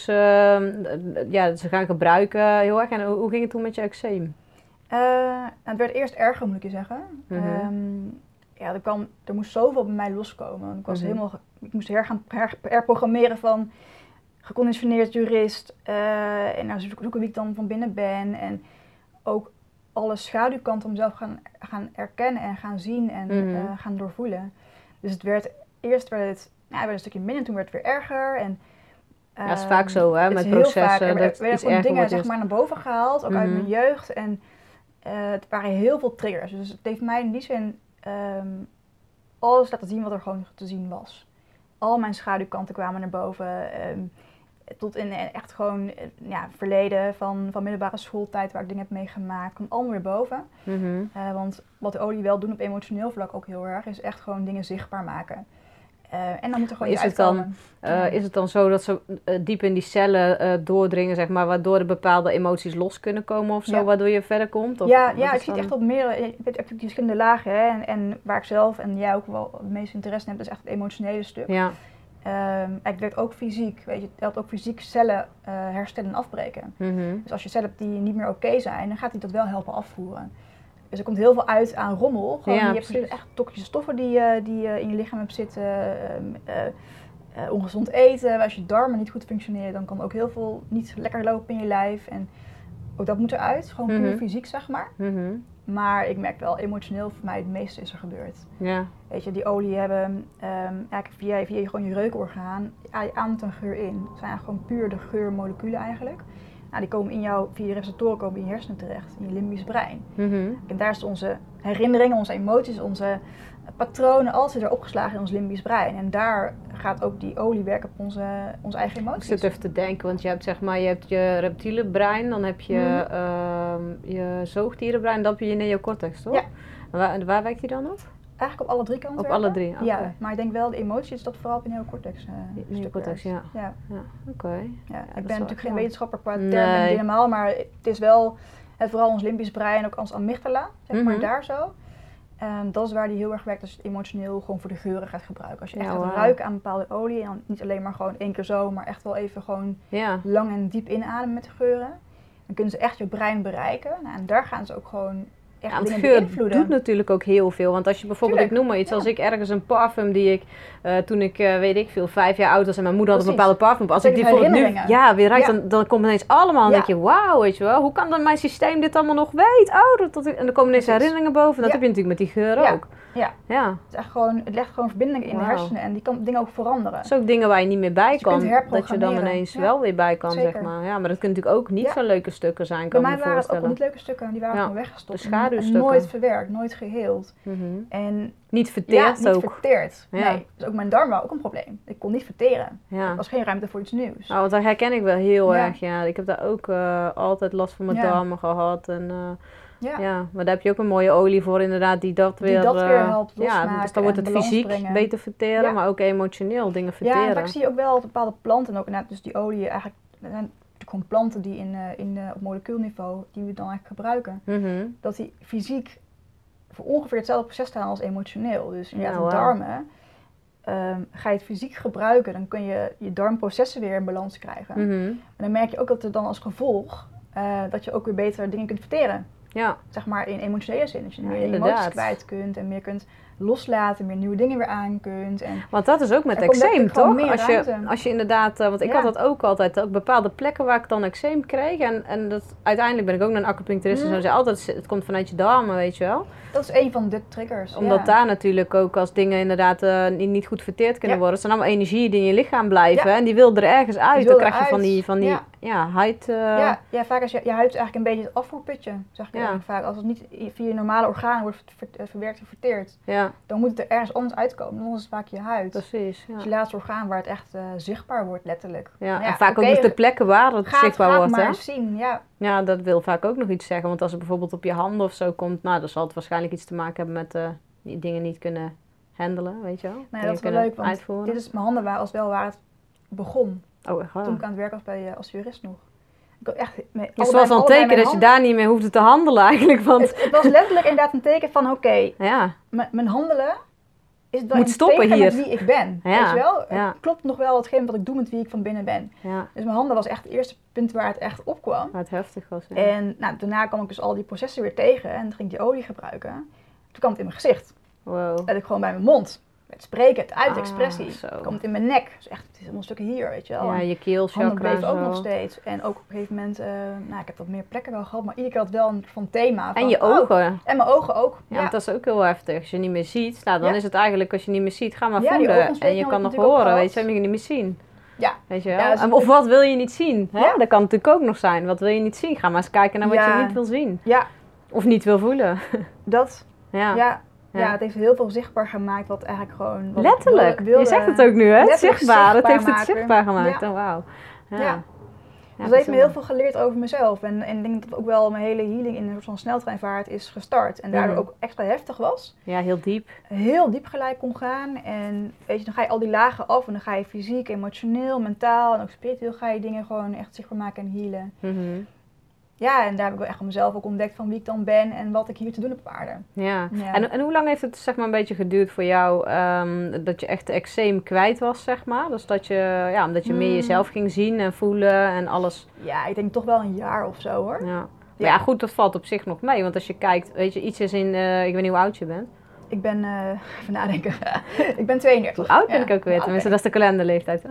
ze gaan gebruiken heel erg. En hoe ging het toen met je eczeem? Het werd eerst erger, moet ik je zeggen. Er moest zoveel bij mij loskomen. Ik was ik moest gaan herprogrammeren van geconditioneerd jurist. En zoeken wie ik dan van binnen ben. En ook alle schaduwkanten om mezelf gaan erkennen en gaan zien en gaan doorvoelen. Dus eerst werd het een stukje minder, toen werd het weer erger. En, dat is vaak zo, hè, met processen. Er werden dingen zeg maar naar boven gehaald, ook uit mijn jeugd. En het waren heel veel triggers. Dus het heeft mij in die zin alles laten zien wat er gewoon te zien was. Al mijn schaduwkanten kwamen naar boven. Tot in echt gewoon verleden van middelbare schooltijd waar ik dingen heb meegemaakt, komt allemaal weer boven. Want wat de olie wel doen op emotioneel vlak ook heel erg, is echt gewoon dingen zichtbaar maken. En dan moet er gewoon iets uitkomen. Is het dan zo dat ze diep in die cellen doordringen, zeg maar, waardoor er bepaalde emoties los kunnen komen of zo, waardoor je verder komt? Of, ik zie het echt op meerdere, je hebt die verschillende lagen, hè, en waar ik zelf en jij ook wel het meeste interesse in hebt, is echt het emotionele stuk. Ja. Het werkt ook fysiek, weet je, het helpt ook fysiek cellen herstellen en afbreken. Dus als je cellen hebt die niet meer oké zijn, dan gaat hij dat wel helpen afvoeren. Dus er komt heel veel uit aan rommel. Gewoon, je hebt echt toxische stoffen die je in je lichaam hebt zitten. Ongezond eten. Als je darmen niet goed functioneren, dan kan ook heel veel niet lekker lopen in je lijf. En ook dat moet eruit. Gewoon puur fysiek, zeg maar. Maar ik merk wel, emotioneel voor mij het meeste is er gebeurd. Ja. Weet je, die olie hebben eigenlijk via gewoon je reukorgaan, je ademt een geur in. Het zijn gewoon puur de geurmoleculen eigenlijk. Nou, die komen via je receptoren komen in je hersenen terecht, in je limbisch brein. En daar is onze herinneringen, onze emoties, onze patronen, alles zit er opgeslagen in ons limbisch brein. En daar gaat ook die olie werken op onze eigen emoties. Ik zit even te denken, want je hebt je reptiele brein, dan heb je je zoogdierenbrein, dan heb je je neocortex, toch? Ja. Waar werkt die dan op? Eigenlijk op alle 3 kanten. Op alle 3, oké. Ja, maar ik denk wel de emoties dat vooral op je neocortex neocortex, ja. Oké. Ja, ik ben natuurlijk geen wetenschapper qua termen helemaal, maar het is wel vooral ons limbisch brein, ook ons amygdala, zeg maar daar zo. Dat is waar die heel erg werkt als je het emotioneel gewoon voor de geuren gaat gebruiken. Als je echt gaat ruiken aan bepaalde olie en dan niet alleen maar gewoon 1 keer zo, maar echt wel even gewoon lang en diep inademen met de geuren. Dan kunnen ze echt je brein bereiken. Nou, en daar gaan ze ook gewoon echt dingen beïnvloeden. Doet natuurlijk ook heel veel. Want als je bijvoorbeeld, ik noem maar iets, als ik ergens een parfum die ik, toen ik, weet ik veel, 5 jaar oud was en mijn moeder had een bepaalde parfum. Als ik die bijvoorbeeld nu weer ruik, dan komt ineens allemaal en denk je, wauw, weet je wel, hoe kan dan mijn systeem dit allemaal nog weet? En dan komen ineens herinneringen boven. Dat heb je natuurlijk met die geur ook. Ja. Het is echt gewoon, het legt gewoon verbindingen in de hersenen en die kan dingen ook veranderen. Dat is ook dingen waar je niet meer bij kan. Dat je dan ineens wel weer bij kan, zeg maar. Ja, maar dat kunnen natuurlijk ook niet zo leuke stukken zijn, kan ik me voorstellen. Bij mij waren het ook niet leuke stukken, die waren gewoon weggestopt. De schaduwstukken. Nooit verwerkt, nooit geheeld. En niet verteerd niet verteerd. Nee, dus ook mijn darm was ook een probleem. Ik kon niet verteren. Er was geen ruimte voor iets nieuws. Want dat herken ik wel heel erg, Ik heb daar ook altijd last van mijn darmen gehad. En, maar daar heb je ook een mooie olie voor inderdaad die dat weer helpt losmaken. Dus dan wordt het fysiek beter verteren, maar ook emotioneel dingen verteren. Ja, en vaak zie je ook wel bepaalde planten ook inderdaad, dus die olie eigenlijk, er zijn natuurlijk gewoon planten die op molecuulniveau, die we dan eigenlijk gebruiken, dat die fysiek voor ongeveer hetzelfde proces staan als emotioneel. Dus inderdaad de darmen, ga je het fysiek gebruiken, dan kun je je darmprocessen weer in balans krijgen. En dan merk je ook dat er dan als gevolg, dat je ook weer beter dingen kunt verteren. Ja. Zeg maar in emotionele zin. Dat je meer emoties kwijt kunt en meer kunt loslaten, meer nieuwe dingen weer aan kunt. Want dat is ook met eczeem, toch? Als je inderdaad, want ik had dat ook altijd, ook bepaalde plekken waar ik dan eczeem kreeg. En dat, uiteindelijk ben ik ook naar een acupuncturist en zo zei altijd, het komt vanuit je darmen, weet je wel. Dat is een van de triggers. Omdat daar natuurlijk ook als dingen inderdaad niet goed verteerd kunnen worden. Het zijn allemaal energieën die in je lichiam blijven en die wil er ergens uit. Dan krijg je van die huid... Ja, vaak is je huid is eigenlijk een beetje het afvoerputje, zeg ik vaak. Als het niet via je normale organen wordt verwerkt en verteerd, dan moet het er ergens anders uitkomen. Dan is het vaak je huid. Precies. Dus je laatste orgaan waar het echt zichtbaar wordt, letterlijk. En vaak ook dus de plekken waar het zichtbaar wordt. Ga maar zien, Ja, dat wil vaak ook nog iets zeggen. Want als het bijvoorbeeld op je handen of zo komt, dan zal het waarschijnlijk iets te maken hebben met die dingen niet kunnen handelen, weet je wel. Nee, dat is wel leuk, want dit is mijn handen waar het begon. Oh, echt waar? Toen ik aan het werk was als jurist nog. Het was al een teken dat je daar niet meer hoefde te handelen eigenlijk. Want... Het was letterlijk inderdaad een teken van mijn handelen is het wel moet een stoppen teken hier. met wie ik ben. Weet je wel? Het klopt nog wel hetgeen wat ik doe met wie ik van binnen ben. Ja. Dus mijn handen was echt het eerste punt waar het echt opkwam. Waar het heftig was. Ja. En daarna kwam ik dus al die processen weer tegen en toen ging ik die olie gebruiken. Toen kwam het in mijn gezicht. Wow. Dat ik gewoon bij mijn mond. Het spreken, het uitexpressie. Het komt in mijn nek. Dus echt, het is helemaal stukken hier, weet je wel. Ja, je keelchakra. Handen bleven ook nog steeds. En ook op een gegeven moment, ik heb wat meer plekken wel gehad, maar iedere keer had wel een van thema. Van, en je ogen. En mijn ogen ook. Ja, want dat is ook heel heftig. Als je niet meer ziet, dan is het eigenlijk, als je niet meer ziet, ga maar voelen. En je kan nog horen, weet je, heb je niet meer zien. Ja. Weet je wel? Ja, dus of wat wil je niet zien? Hè? Ja. Dat kan natuurlijk ook nog zijn. Wat wil je niet zien? Ga maar eens kijken naar wat je niet wil zien. Ja. Of niet wil voelen. Dat. Ja, het heeft heel veel zichtbaar gemaakt wat eigenlijk gewoon... Wat letterlijk, je zegt het ook nu hè, het zichtbaar. Het heeft het zichtbaar gemaakt, wauw. Ja. Dus dat heeft me heel veel geleerd over mezelf. En ik denk dat ook wel mijn hele healing in een soort van sneltreinvaart is gestart. En daardoor ook extra heftig was. Ja, heel diep. Heel diep gelijk kon gaan. En weet je, dan ga je al die lagen af en dan ga je fysiek, emotioneel, mentaal en ook spiritueel ga je dingen gewoon echt zichtbaar maken en healen. Ja, en daar heb ik wel echt mezelf ook ontdekt van wie ik dan ben en wat ik hier te doen heb op aarde. Ja. En hoe lang heeft het zeg maar een beetje geduurd voor jou dat je echt de eczeem kwijt was, zeg maar? Dus dat je, omdat je meer jezelf ging zien en voelen en alles. Ja, ik denk toch wel een jaar of zo hoor. Ja. Maar ja, goed, dat valt op zich nog mee. Want als je kijkt, weet je, iets is in, ik weet niet hoe oud je bent. Ik ben, even nadenken, ik ben 32. Hoe oud ben ik ook weer? Tenminste, dat is de kalenderleeftijd.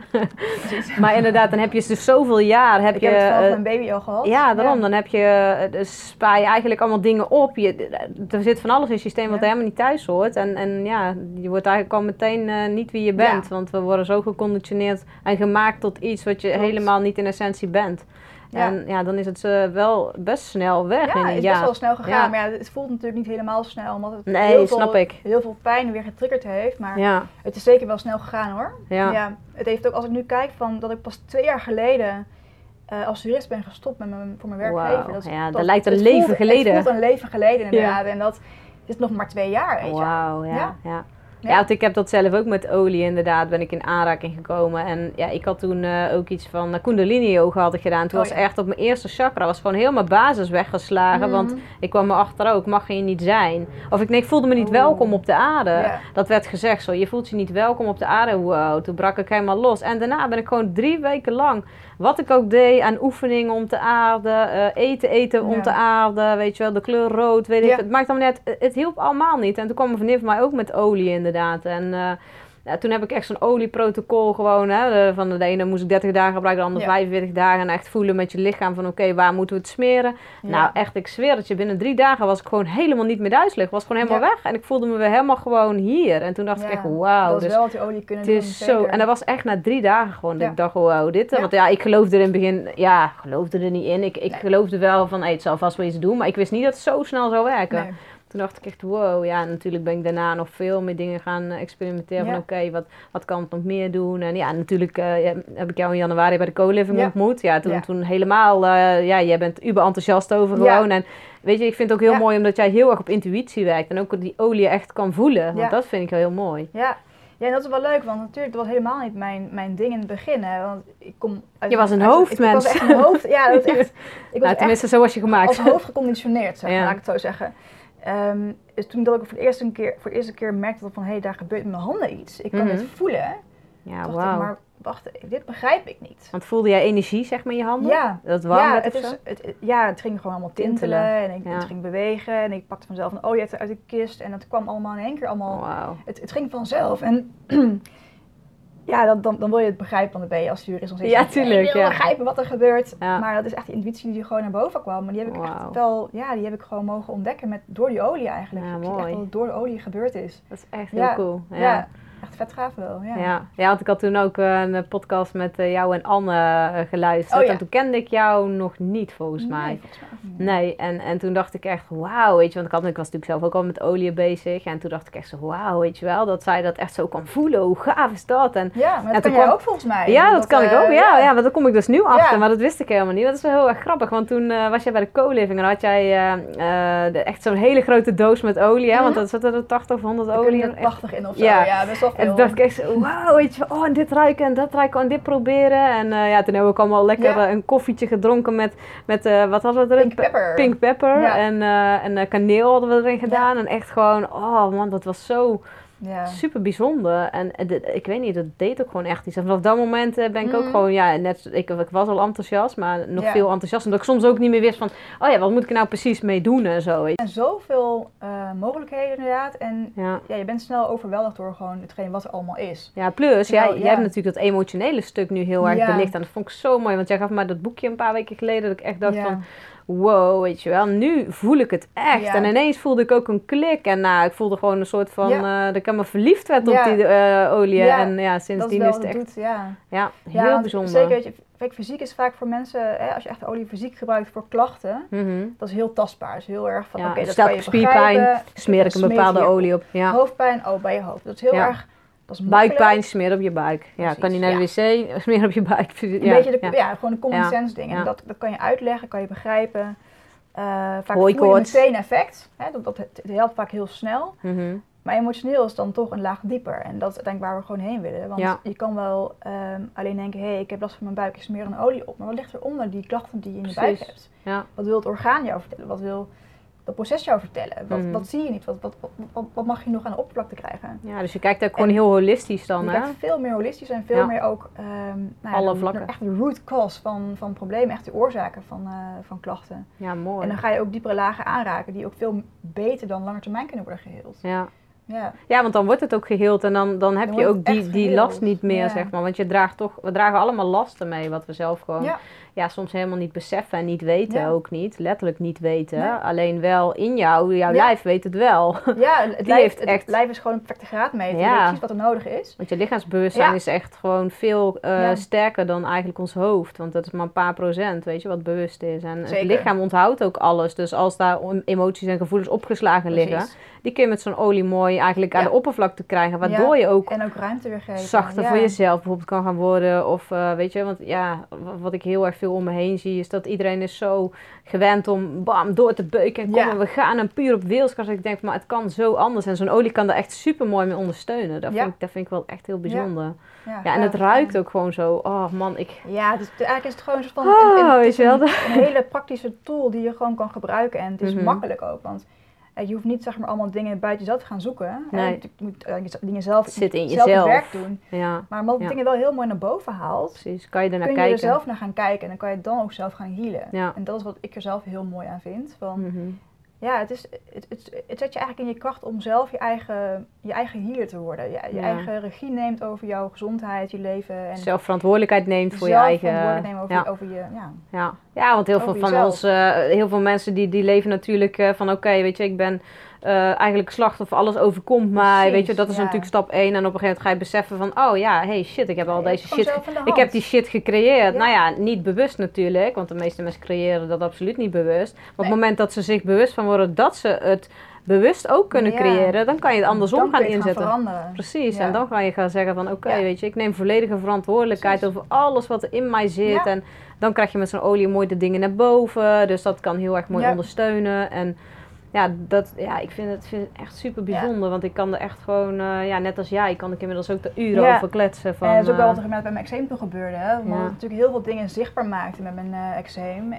Maar inderdaad, dan heb je dus zoveel jaar. Ik heb het vanaf mijn baby al gehad. Ja, daarom. Dan heb je, dus spaar je eigenlijk allemaal dingen op. Er zit van alles in het systeem wat er helemaal niet thuis hoort. En ja, je wordt eigenlijk al meteen niet wie je bent. Want we worden zo geconditioneerd en gemaakt tot iets wat je helemaal niet in essentie bent. Ja. En ja, dan is het wel best snel weg. Ja, het is best wel snel gegaan. Ja. Maar ja, het voelt natuurlijk niet helemaal snel. Omdat het heel veel pijn weer getriggerd heeft. Maar het is zeker wel snel gegaan hoor. Ja. Het heeft ook, als ik nu kijk van dat ik pas 2 jaar geleden als jurist ben gestopt voor mijn werkgever. Wow. Dat lijkt een leven geleden. Het voelt een leven geleden inderdaad. En dat is nog maar 2 jaar, weet je. Wauw, ja. Ja, want ik heb dat zelf ook met olie inderdaad, ben ik in aanraking gekomen. En ja, ik had toen ook iets van Kundalini yoga had ik gedaan. Toen was echt op mijn eerste chakra, was gewoon heel mijn basis weggeslagen. Want ik kwam erachter ook, mag je niet zijn. Of ik voelde me niet welkom op de aarde. Ja. Dat werd gezegd zo, je voelt je niet welkom op de aarde. Wow, toen brak ik helemaal los. En daarna ben ik gewoon 3 weken lang, wat ik ook deed aan oefeningen om te aarden, eten om te aarden, weet je wel, de kleur rood, weet ik. Het maakt allemaal net, het hielp allemaal niet. En toen kwam een vriendin van mij ook met olie inderdaad. En toen heb ik echt zo'n olieprotocol gewoon, van de ene moest ik 30 dagen gebruiken, de andere 45 dagen. En echt voelen met je lichaam van oké, waar moeten we het smeren? Ja. Nou echt, ik zweer dat je binnen 3 dagen was ik gewoon helemaal niet meer duizelig. Was gewoon helemaal weg. En ik voelde me weer helemaal gewoon hier. En toen dacht ik echt, wauw. Dat is wel wat die olie kunnen doen. Zo. En dat was echt na 3 dagen gewoon dat ik dacht, wauw, dit. Want ja, ik geloofde er in het begin, geloofde er niet in. Ik geloofde wel van, het zal vast wel iets doen. Maar ik wist niet dat het zo snel zou werken. Nee. Toen dacht ik echt, wow, ja, natuurlijk ben ik daarna nog veel meer dingen gaan experimenteren. Van oké, wat kan het nog meer doen? En ja, natuurlijk heb ik jou in januari bij de co-living ontmoet. Ja, toen helemaal, jij bent uber enthousiast over gewoon. En weet je, ik vind het ook heel mooi omdat jij heel erg op intuïtie werkt. En ook die olie echt kan voelen. Want dat vind ik heel mooi. Ja. Ja, en dat is wel leuk, want natuurlijk, dat was helemaal niet mijn ding in het begin. Hè, want ik kom je was een hoofdmens. Ik was echt een hoofd, ja, dat was echt... Tenminste, zo was je gemaakt. Als hoofd geconditioneerd, zeg maar, laat ik het zo zeggen. Dus toen dat ik voor de eerste keer merkte van, daar gebeurt met mijn handen iets. Ik kan het voelen. Ja, dacht ik, maar wacht, dit begrijp ik niet. Want voelde jij energie, zeg maar, in je handen? Ja. Dat warm werd het ging gewoon allemaal tintelen en het ging bewegen. En ik pakte vanzelf een olie uit de kist en dat kwam allemaal in één keer allemaal. Wow. Het ging vanzelf. En ja, dan wil je het begrijpen, want dan ben je als jurist nog steeds tuurlijk, je wil begrijpen wat er gebeurt. Ja. Maar dat is echt die intuïtie die gewoon naar boven kwam. Maar die heb ik echt wel, die heb ik gewoon mogen ontdekken door die olie eigenlijk. Ja, ik mooi. zie echt wat door de olie gebeurd is. Dat is echt heel cool. Ja, echt vet gaaf wel. Ja, want ik had toen ook een podcast met jou en Anne geluisterd. En toen kende ik jou nog niet, volgens mij. Nee, en toen dacht ik echt, wauw, weet je. Want ik was natuurlijk zelf ook al met olie bezig. En toen dacht ik echt zo, wauw, weet je wel. Dat zij dat echt zo kan voelen. Hoe gaaf is dat? En, maar dat kan jij ook volgens mij. Ja, dat kan ik ook. Ja, maar daar kom ik dus nu achter. Maar dat wist ik helemaal niet. Dat is wel heel erg grappig. Want toen was jij bij de co-living en had jij echt zo'n hele grote doos met olie. Want dat zat er 80 of 100 olie. Er 80 in of zo. Ja, best wel veel. En toen dacht ik echt zo, wauw, weet je, en dit ruiken en dat ruiken en dit proberen. En toen hebben we ook allemaal lekker een koffietje gedronken met wat hadden we erin? Pink pepper. En kaneel hadden we erin gedaan. En echt gewoon, oh man, dat was zo super bijzonder. En ik weet niet, dat deed ook gewoon echt iets. En vanaf dat moment ben ik ook gewoon, ik was al enthousiast, maar nog veel enthousiast. Omdat ik soms ook niet meer wist van, wat moet ik er nou precies mee doen en zo. En zoveel mogelijkheden inderdaad. En je bent snel overweldigd door gewoon hetgeen wat er allemaal is. Ja, plus, jij hebt natuurlijk dat emotionele stuk nu heel erg belicht. En dat vond ik zo mooi, want jij gaf mij dat boekje een paar weken geleden, dat ik echt dacht van, wow, weet je wel, nu voel ik het echt. En ineens voelde ik ook een klik. En ik voelde gewoon een soort van, dat ik helemaal verliefd werd op die olie. Ja. En sindsdien is het echt heel bijzonder. Zeker, weet je, fysiek is vaak voor mensen, als je echt olie fysiek gebruikt voor klachten, dat is heel tastbaar. Dus heel erg van, dat kan je spierpijn, smeer ik een bepaalde olie op. Ja. Hoofdpijn, bij je hoofd. Dat is heel erg... Buikpijn, smeer op je buik. Precies, kan je naar de wc, smeer op je buik. Een beetje gewoon een common sense ding. En dat kan je uitleggen, kan je begrijpen. Vaak voel je meteen effect. Het helpt vaak heel snel. Maar emotioneel is het dan toch een laag dieper. En dat is uiteindelijk waar we gewoon heen willen. Want je kan wel alleen denken, ik heb last van mijn buik, ik smeer een olie op. Maar wat ligt er onder die klachten die je in je buik hebt? Ja. Wat wil het orgaan jou vertellen? Wat wil dat proces jou vertellen? Wat zie je niet? Wat mag je nog aan de oppervlakte krijgen? Ja, dus je kijkt ook gewoon heel holistisch dan, je hè? kijkt veel meer holistisch en veel meer ook... alle vlakken. Echt de root cause van problemen, echt de oorzaken van klachten. Ja, mooi. En dan ga je ook diepere lagen aanraken die ook veel beter dan langetermijn kunnen worden geheeld. Ja. Ja, want dan wordt het ook geheeld en dan heb je ook die last niet meer, zeg maar. Want we dragen allemaal lasten mee, wat we zelf gewoon soms helemaal niet beseffen en niet weten ook niet. Letterlijk niet weten. Nee. Alleen wel in jouw lijf weet het wel. Ja, het lijf is gewoon een perfecte graadmeter. Je weet precies wat er nodig is. Want je lichaamsbewustzijn is echt gewoon veel sterker dan eigenlijk ons hoofd. Want dat is maar een paar procent, weet je, wat bewust is. En het lichaam onthoudt ook alles. Dus als daar emoties en gevoelens opgeslagen liggen, die kun je met zo'n olie mooi eigenlijk aan de oppervlakte krijgen. Waardoor je ook, en ook ruimte weer geven. Zachter voor jezelf bijvoorbeeld kan gaan worden. Of weet je, want wat ik heel erg veel om me heen zie, is dat iedereen is zo gewend om door te beuken. En kom en we gaan en puur op wilskracht. Ik denk, maar het kan zo anders. En zo'n olie kan daar echt super mooi mee ondersteunen. Dat vind ik wel echt heel bijzonder. En het ruikt ook gewoon zo. Oh man, Ja, dus eigenlijk is het gewoon een soort van een hele praktische tool die je gewoon kan gebruiken. En het is makkelijk ook, want je hoeft niet, zeg maar, allemaal dingen buiten jezelf te gaan zoeken. Nee. Je moet dingen zelf, zit in zelf jezelf. Het werk doen. Ja. Maar omdat dingen wel heel mooi naar boven haalt, precies. Kan je er kun je er zelf naar gaan kijken. En dan kan je het dan ook zelf gaan healen. Ja. En dat is wat ik er zelf heel mooi aan vind. Het zet je eigenlijk in je kracht om zelf je eigen healer te worden. Je eigen regie neemt over jouw gezondheid, je leven. En zelf verantwoordelijkheid neemt voor je eigen... verantwoordelijkheid neemt over je... Ja, want heel veel van ons, heel veel mensen die leven natuurlijk van oké, weet je, ik ben eigenlijk slachtoffer, alles overkomt mij, weet je, dat is natuurlijk stap 1 en op een gegeven moment ga je beseffen van, oh ja, hey shit, ik heb al deze shit, ik heb die shit gecreëerd. Nou ja, niet bewust natuurlijk, want de meeste mensen creëren dat absoluut niet bewust. Maar op het moment dat ze zich bewust van worden dat ze het bewust ook kunnen creëren, dan kan je het andersom gaan inzetten. Precies, en dan ga je gaan zeggen van oké, weet je, ik neem volledige verantwoordelijkheid over alles wat er in mij zit en dan krijg je met zo'n olie mooi de dingen naar boven, dus dat kan heel erg mooi ondersteunen en ik vind het echt super bijzonder, want ik kan er echt gewoon, net als jij, kan ik inmiddels ook de uren over kletsen. Van, en dat is ook wel wat er bij mijn eczeem toen gebeurde, hè? Omdat het natuurlijk heel veel dingen zichtbaar maakte met mijn eczeem.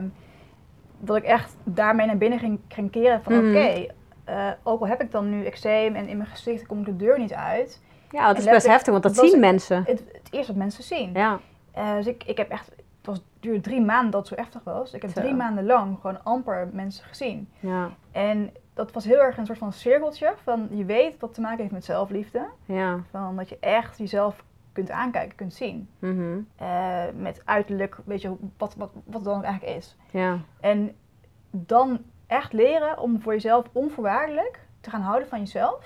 Dat ik echt daarmee naar binnen ging keren van oké, ook al heb ik dan nu eczeem en in mijn gezicht kom ik de deur niet uit. Ja, het is best heftig, want dat zien mensen. Het eerste wat mensen zien. Ja. Dus ik heb echt, het duurde 3 maanden dat het zo heftig was. Ik heb 3 maanden lang gewoon amper mensen gezien. Ja. En dat was heel erg een soort van cirkeltje van je weet dat het te maken heeft met zelfliefde. Ja. Van dat je echt jezelf kunt aankijken, kunt zien. Met uiterlijk, weet je, wat het dan eigenlijk is. Ja. En dan echt leren om voor jezelf onvoorwaardelijk te gaan houden van jezelf.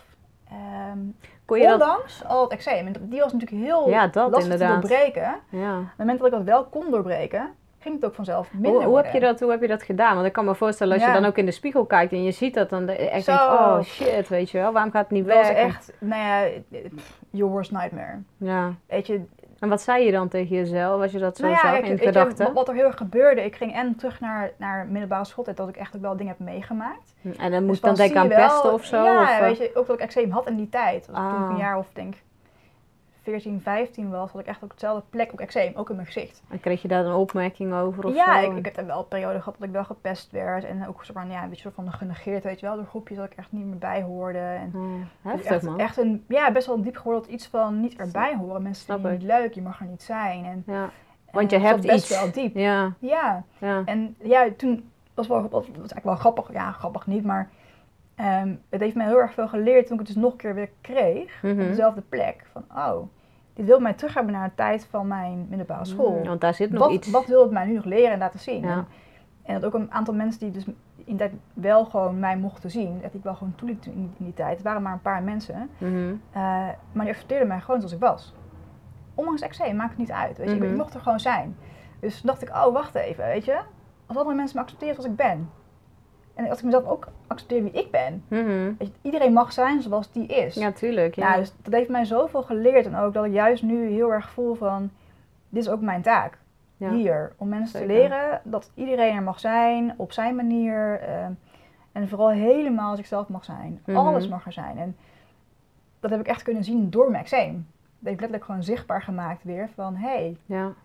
Ondanks al het eczeem. En die was natuurlijk heel lastig te doorbreken. Ja. Op het moment dat ik dat wel kon doorbreken, ging het ook vanzelf minder hoe heb je dat gedaan? Want ik kan me voorstellen als je dan ook in de spiegel kijkt en je ziet dat, dan echt denkt, oh shit, weet je wel, waarom gaat het niet werken? Dat was echt, your worst nightmare. Ja. Weet je. En wat zei je dan tegen jezelf als je dat zo zag in gedachten? Wat er heel erg gebeurde, ik ging terug naar middelbare schooltijd, dat ik echt ook wel dingen heb meegemaakt. En dan moest je dan denken aan pesten of zo? Ja, weet je, ook dat ik eczeem had in die tijd. Toen ik een jaar of denk 14, 15 was, had ik echt op dezelfde plek ook eczeem, ook in mijn gezicht. En kreeg je daar een opmerking over of zo? Ik heb er wel een periode gehad dat ik wel gepest werd en ook een beetje van genegeerd, weet je wel, door groepjes dat ik echt niet meer bij hoorde. En heftig, man. Echt best wel diep gehoord, iets van niet erbij horen. Mensen vinden je niet leuk, je mag er niet zijn. En, want je hebt best iets. Wel diep. Ja. En toen was eigenlijk wel grappig. Ja, grappig niet, maar het heeft mij heel erg veel geleerd toen ik het dus nog een keer weer kreeg. Op dezelfde plek. Van, dit wil mij terug hebben naar de tijd van mijn middelbare school. Want daar zit nog iets. Wat wil het mij nu nog leren en laten zien? Ja. En dat ook een aantal mensen die dus in tijd wel gewoon mij mochten zien. Dat ik wel gewoon toeliet in die tijd. Het waren maar een paar mensen. Maar die accepteerden mij gewoon zoals ik was. Ondanks eczeem, maakt het niet uit. Weet je? Ik mocht er gewoon zijn. Dus dacht ik, wacht even, weet je. Als andere mensen me accepteren zoals ik ben. En als ik mezelf ook accepteer wie ik ben. Weet je, iedereen mag zijn zoals die is. Ja, tuurlijk. Ja. Dus dat heeft mij zoveel geleerd. En ook dat ik juist nu heel erg voel van, dit is ook mijn taak. Ja. Hier, om mensen te leren dat iedereen er mag zijn, op zijn manier. En vooral helemaal zichzelf mag zijn. Alles mag er zijn. En dat heb ik echt kunnen zien door mijn eczeem. Dat heeft letterlijk gewoon zichtbaar gemaakt weer van,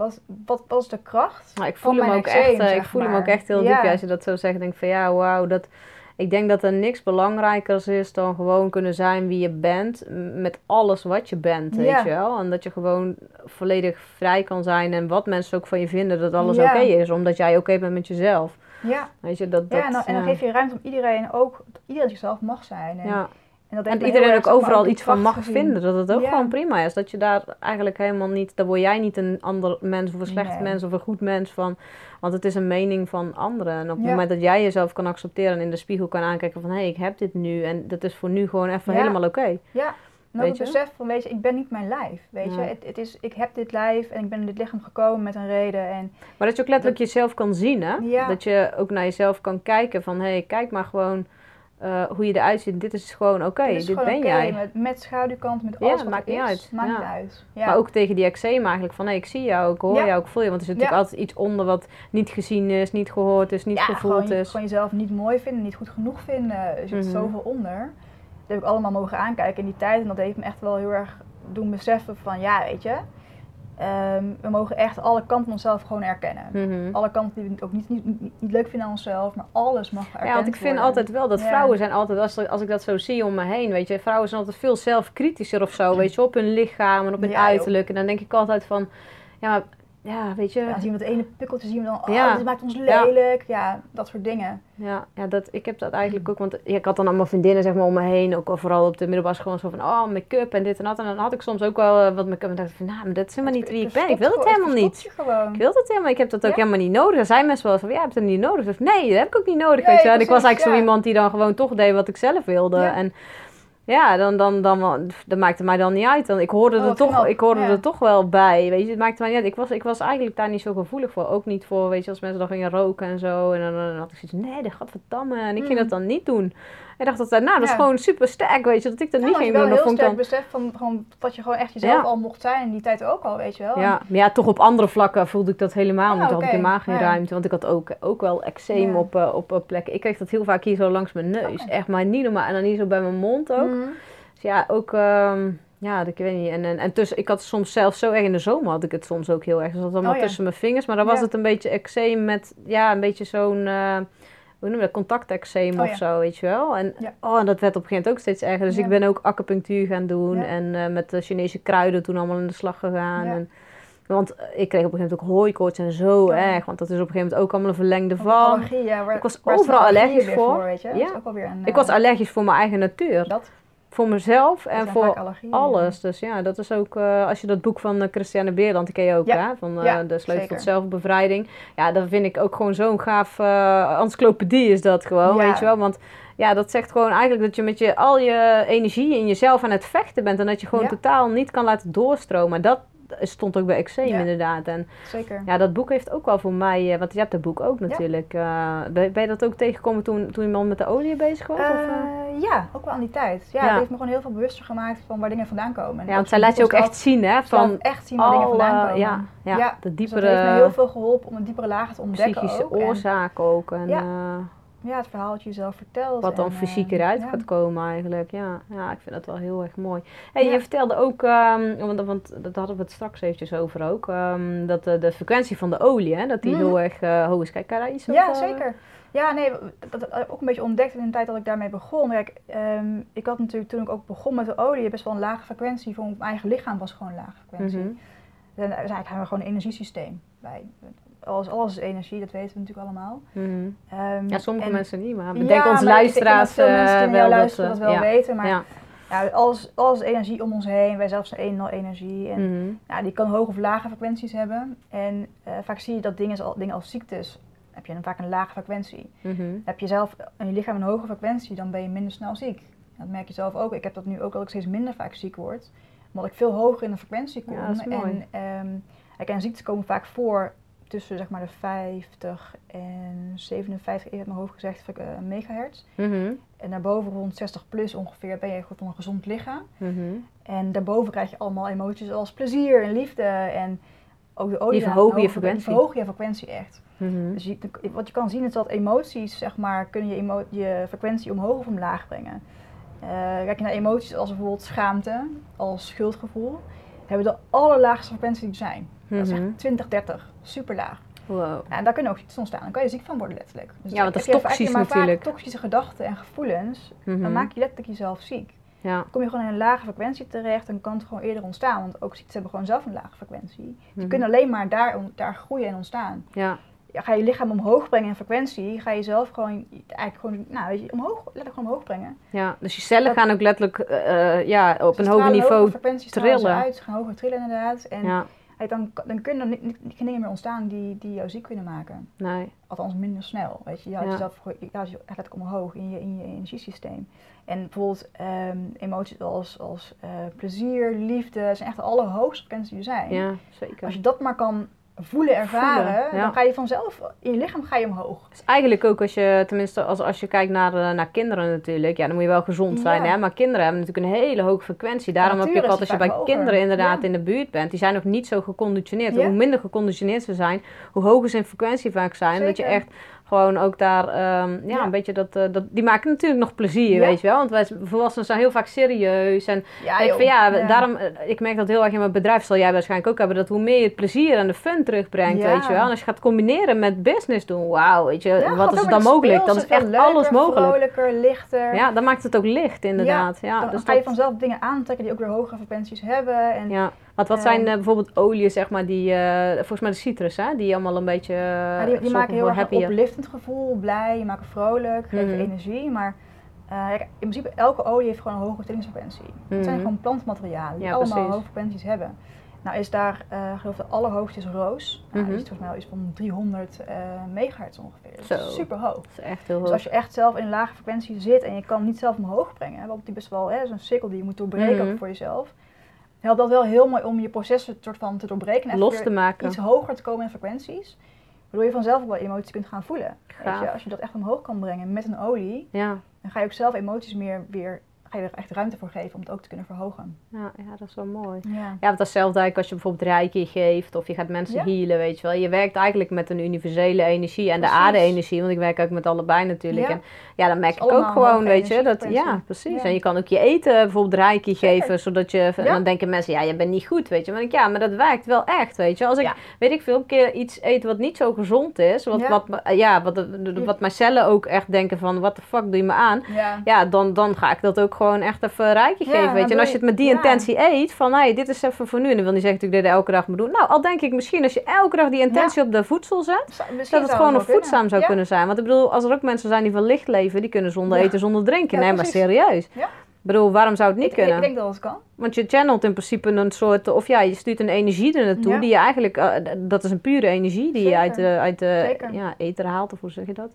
Wat is de kracht? Nou, ik voel hem ook echt, ik voel hem ook echt heel diep. Als je dat zo zegt, denk ik van ja, wauw, ik denk dat er niks belangrijkers is dan gewoon kunnen zijn wie je bent. Met alles wat je bent, weet je wel. En dat je gewoon volledig vrij kan zijn. En wat mensen ook van je vinden, dat alles oké is. Omdat jij oké bent met jezelf. Ja, weet je, en dan geef je ruimte om iedereen zichzelf mag zijn. En dat iedereen ook overal iets van mag vinden. Dat het ook gewoon prima is. Dat je daar eigenlijk helemaal niet... Daar word jij niet een ander mens of een slecht mens of een goed mens van. Want het is een mening van anderen. En op het moment dat jij jezelf kan accepteren en in de spiegel kan aankijken van... Hé, ik heb dit nu en dat is voor nu gewoon even helemaal oké. Ja, en ook het besef van, weet je, ik ben niet mijn lijf. Weet je, ik heb dit lijf en ik ben in dit lichaam gekomen met een reden. Maar dat je ook letterlijk jezelf kan zien, hè? Ja. Dat je ook naar jezelf kan kijken van... Hé, kijk maar gewoon... hoe je eruit ziet, dit is gewoon oké, dit ben jij. Met schaduwkant, met alles wat maakt niet uit. Maakt niet uit. Ja. Maar ook tegen die eczeem eigenlijk van, ik zie jou, ik hoor jou, ik voel je. Want er zit natuurlijk altijd iets onder wat niet gezien is, niet gehoord is, niet gevoeld is. Gewoon jezelf niet mooi vinden, niet goed genoeg vinden. Er zit zoveel onder. Dat heb ik allemaal mogen aankijken in die tijd. En dat heeft me echt wel heel erg doen beseffen van, ja, weet je... we mogen echt alle kanten van onszelf gewoon erkennen. Alle kanten die we ook niet leuk vinden aan onszelf, maar alles mag erkend worden. Ja, want ik vind altijd wel dat vrouwen zijn altijd, als ik dat zo zie om me heen, weet je, vrouwen zijn altijd veel zelfkritischer of zo, weet je, op hun lichaam en op hun uiterlijk. En dan denk ik altijd van, ja, weet je. Ja, zien we het ene pukkeltje, zien we dan, dit maakt ons lelijk. Ja, dat soort dingen. Ja, ik heb dat eigenlijk ook, want ik had dan allemaal vriendinnen zeg maar om me heen, ook al vooral op de middelbare school, zo van, make-up en dit en dat. En dan had ik soms ook wel wat make-up en dacht van, maar dat is helemaal niet wie ik ben. Ik wil het helemaal niet. Ik wil het helemaal, ik heb dat ook helemaal niet nodig. Er zijn mensen wel van, heb je het niet nodig? Dus nee, dat heb ik ook niet nodig, weet je. En ik was eigenlijk zo iemand die dan gewoon toch deed wat ik zelf wilde. Ja. En ja, dat maakte mij dan niet uit. Ik hoorde er toch wel bij, weet je. Het maakte mij niet uit. Ik was eigenlijk daar niet zo gevoelig voor. Ook niet voor, weet je, als mensen dan gingen roken en zo. En dan had ik zoiets, nee, dat gaat verdamme. En ik ging dat dan niet doen. Ik dacht altijd, dat is gewoon super sterk, weet je. Dat ik dat niet ging doen. Dat vond ik heel sterk besef van gewoon, dat je gewoon echt jezelf al mocht zijn. In die tijd ook al, weet je wel. Ja, maar ja, toch op andere vlakken voelde ik dat helemaal niet. Had ik helemaal geen ruimte. Want ik had ook wel eczeem op plekken. Ik kreeg dat heel vaak hier zo langs mijn neus. Echt, maar niet normaal. En dan hier zo bij mijn mond ook. Dus ja, ook... ik weet niet. En tussen, ik had soms zelfs zo erg in de zomer had ik het soms ook heel erg. Dus dat allemaal tussen mijn vingers. Maar dan was het een beetje eczeem met, een beetje zo'n, hoe noem je dat, contacteczeem of zo, weet je wel. En dat werd op een gegeven moment ook steeds erger. Dus ik ben ook acupunctuur gaan doen. Ja. En met de Chinese kruiden toen allemaal in de slag gegaan. Ja. Want ik kreeg op een gegeven moment ook hooikoorts en zo erg. Want dat is op een gegeven moment ook allemaal een verlengde van. Allergie, ik was overal allergisch voor. Weet je? Ja. Dat is ook wel weer een, ik was allergisch voor mijn eigen natuur. Voor mezelf en voor alles. Dus ja, dat is ook, als je dat boek van Christiane Beerland, die ken je ook, hè? Van de sleutel tot zelfbevrijding. Ja, dat vind ik ook gewoon zo'n gaaf encyclopedie is dat gewoon, weet je wel. Want ja, dat zegt gewoon eigenlijk dat je met al je energie in jezelf aan het vechten bent. En dat je gewoon totaal niet kan laten doorstromen. Dat stond ook bij eczeem inderdaad. En zeker. Ja, dat boek heeft ook wel voor mij, want je hebt dat boek ook natuurlijk. Ben je dat ook tegengekomen toen je man met de olie bezig was? Ja, ook wel aan die tijd. Ja, het heeft me gewoon heel veel bewuster gemaakt van waar dingen vandaan komen. Ja, want zij laat je ook echt zien, hè? Van echt zien waar dingen vandaan komen. De diepere... Dus dat heeft me heel veel geholpen om een diepere lagen te ontdekken. Psychische oorzaken ook. En, ja, het verhaal dat je jezelf vertelt. Wat dan fysiek eruit gaat komen eigenlijk. Ja, ik vind dat wel heel erg mooi. Hey, je vertelde ook, want daar hadden we het straks eventjes over ook, dat de frequentie van de olie, hè, dat die heel erg hoog is. Kijk, kan daar iets over? Ja, zeker. Ja, nee, dat heb ik ook een beetje ontdekt in de tijd dat ik daarmee begon. Kijk, ik had natuurlijk toen ik ook begon met de olie best wel een lage frequentie. Voor mijn eigen lichaam was gewoon een lage frequentie. Dus eigenlijk hebben we gewoon een energiesysteem bij. Alles is energie, dat weten we natuurlijk allemaal. Sommige mensen niet, maar we denken onze luisteraars veel mensen die luisteren dat wel weten. Maar alles is energie om ons heen. Wij zelf zijn een en al energie. En die kan hoge of lage frequenties hebben. En vaak zie je dat dingen als ziektes, heb je vaak een lage frequentie. Heb je zelf in je lichaam een hoge frequentie, dan ben je minder snel ziek. Dat merk je zelf ook. Ik heb dat nu ook dat ik steeds minder vaak ziek word. Omdat ik veel hoger in de frequentie kom. Ja, dat is mooi. En ziektes komen vaak voor tussen zeg maar de 50 en 57, ik heb mijn hoofd gezegd, megahertz. En daarboven rond 60 plus ongeveer ben je van een gezond lichaam. En daarboven krijg je allemaal emoties als plezier en liefde. En ook de olie. Die verhogen je frequentie. Die verhogen je frequentie echt. Dus wat je kan zien is dat emoties, zeg maar, kunnen je frequentie omhoog of omlaag brengen. Kijk je naar emoties als bijvoorbeeld schaamte, als schuldgevoel. hebben de allerlaagste frequentie die er zijn. Dat is echt 20, 30. Super laag. Wow. En daar kunnen ook iets ontstaan. Dan kan je ziek van worden letterlijk. Dus ja, want dat is toxisch natuurlijk. Vaak toxische gedachten en gevoelens, dan maak je letterlijk jezelf ziek. Ja. Dan kom je gewoon in een lage frequentie terecht en kan het gewoon eerder ontstaan. Want ook ziektes hebben gewoon zelf een lage frequentie. Je kunt alleen maar daar groeien en ontstaan. Ja. Ga je lichaam omhoog brengen in frequentie, ga je zelf gewoon letterlijk gewoon omhoog brengen. Ja, dus je cellen gaan ook letterlijk op een hoger niveau trillen. Ze gaan hoger trillen inderdaad. En dan kunnen er geen dingen meer ontstaan die jou ziek kunnen maken. Nee. Althans minder snel. Weet je, je houdt jezelf letterlijk omhoog in je energiesysteem. En bijvoorbeeld emoties als plezier, liefde, zijn echt de allerhoogste frequenties die er zijn. Ja, zeker. Als je dat maar kan voelen, ervaren, dan ga je vanzelf, in je lichaam ga je omhoog. Dus eigenlijk ook als je, tenminste als je kijkt naar kinderen natuurlijk, dan moet je wel gezond zijn, hè? Maar kinderen hebben natuurlijk een hele hoge frequentie. Daarom heb je ook altijd, als je bij kinderen inderdaad in de buurt bent, die zijn nog niet zo geconditioneerd. Hoe minder geconditioneerd ze zijn, hoe hoger ze in frequentie vaak zijn. Zeker. Dat je echt gewoon ook daar, een beetje die maken natuurlijk nog plezier, weet je wel. Want wij volwassenen zijn heel vaak serieus. En daarom, ik merk dat heel erg in mijn bedrijf, zal jij waarschijnlijk ook hebben, dat hoe meer je het plezier en de fun terugbrengt, weet je wel. En als je gaat combineren met business doen, wauw, weet je, wat is er dan mogelijk? Dan is echt leuker, alles mogelijk. Vrolijker, lichter. Ja, dan maakt het ook licht, inderdaad. Ja, dan ga je vanzelf dingen aantrekken die ook weer hogere frequenties hebben. En, want wat zijn bijvoorbeeld oliën, zeg maar, die, volgens mij de citrus, hè, die allemaal een beetje die maken heel erg een oplichtend gevoel, blij, je maakt vrolijk, geven energie, maar in principe elke olie heeft gewoon een hoge trillingsfrequentie. Het zijn gewoon plantmaterialen die allemaal hoge frequenties hebben. Nou is daar, geloof ik, de allerhoogste is roos. Die is volgens mij al iets van 300 megahertz ongeveer. Dat is super hoog. Dat is echt heel hoog. Dus als je echt zelf in een lage frequentie zit en je kan niet zelf omhoog brengen, want die best wel zo'n cirkel die je moet doorbreken voor jezelf, helpt dat wel heel mooi om je processen soort van te doorbreken en los te maken. Iets hoger te komen in frequenties. Waardoor je vanzelf ook wel emoties kunt gaan voelen. Weet je, als je dat echt omhoog kan brengen met een olie, dan ga je ook zelf emoties ga je er echt ruimte voor geven om het ook te kunnen verhogen. Ja, dat is wel mooi. Ja, want datzelfde eigenlijk als je bijvoorbeeld reiki geeft of je gaat mensen healen, weet je wel. Je werkt eigenlijk met een universele energie en de aarde-energie, want ik werk ook met allebei natuurlijk. En dan merk ik ook gewoon, weet je, dat precies. Ja. En je kan ook je eten bijvoorbeeld reiki geven, zodat je, dan denken mensen, je bent niet goed, weet je. Maar maar dat werkt wel echt, weet je. Als ik, weet ik veel, een keer iets eet wat niet zo gezond is, wat mijn cellen ook echt denken van, what the fuck doe je me aan? Dan ga ik dat ook gewoon echt even reiki geven, weet je. En als je het met die intentie eet, van dit is even voor nu. En dan wil niet zeggen dat ik dit elke dag moet doen. Nou, al denk ik misschien als je elke dag die intentie op de voedsel zet, dat het gewoon nog voedzaam zou kunnen zijn. Want ik bedoel, als er ook mensen zijn die van licht leven, die kunnen zonder eten, zonder drinken. Nee, maar serieus. Ja. Ik bedoel, waarom zou het niet kunnen? Ik denk dat het kan. Want je channelt in principe een soort, je stuurt een energie er naartoe, die je eigenlijk, dat is een pure energie die je uit de ether haalt, of hoe zeg je dat?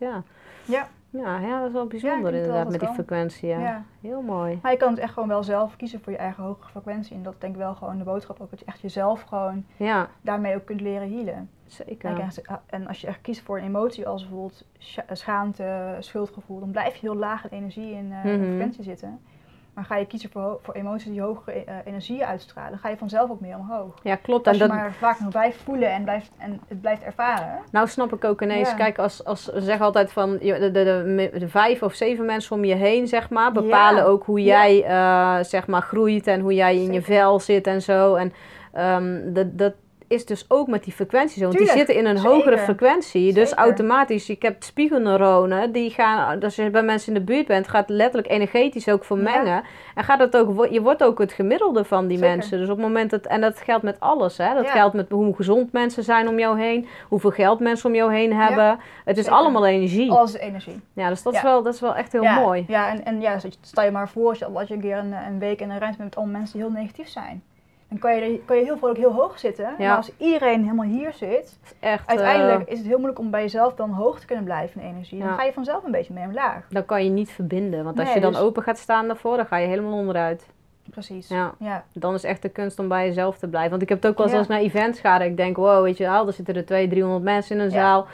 Ja, dat is wel bijzonder inderdaad met die frequentie. Ja. Heel mooi. Maar je kan het echt gewoon wel zelf kiezen voor je eigen hogere frequentie. En dat denk ik wel gewoon de boodschap ook, dat je echt jezelf gewoon daarmee ook kunt leren healen. Zeker. En als je echt kiest voor een emotie als bijvoorbeeld schaamte, schuldgevoel, dan blijf je heel laag in energie in frequentie zitten. Maar ga je kiezen voor emoties die hogere energie uitstralen, dan ga je vanzelf ook meer omhoog. Ja, klopt. Als je maar vaak nog blijft voelen en het blijft ervaren. Nou snap ik ook ineens, kijk, als ze zeggen altijd van de 5 of 7 mensen om je heen, zeg maar, bepalen ook hoe jij, zeg maar, groeit en hoe jij in je vel zit en zo. En dat is dus ook met die frequentie zo. Want die zitten in een hogere frequentie. Dus automatisch, ik heb spiegelneuronen, die gaan, als je bij mensen in de buurt bent, gaat letterlijk energetisch ook vermengen. En gaat het ook, je wordt ook het gemiddelde van die mensen. Dus op het moment en dat geldt met alles, hè. Dat geldt met hoe gezond mensen zijn om jou heen, hoeveel geld mensen om jou heen hebben. Het is allemaal energie. Alles is energie. Ja, dus dat is wel echt heel mooi. Ja, en stel je maar voor, als je een keer een week in een ruimte bent met allemaal mensen die heel negatief zijn. Dan kan je heel vrolijk heel hoog zitten. Maar als iedereen helemaal hier zit, uiteindelijk is het heel moeilijk om bij jezelf dan hoog te kunnen blijven in energie. Dan ga je vanzelf een beetje mee omlaag. Dan kan je niet verbinden. Want als je dan open gaat staan daarvoor, dan ga je helemaal onderuit. Precies. Ja. Dan is echt de kunst om bij jezelf te blijven. Want ik heb het ook wel eens als naar events ga. Ik denk, wow, weet je wel, er zitten er 200-300 mensen in een zaal.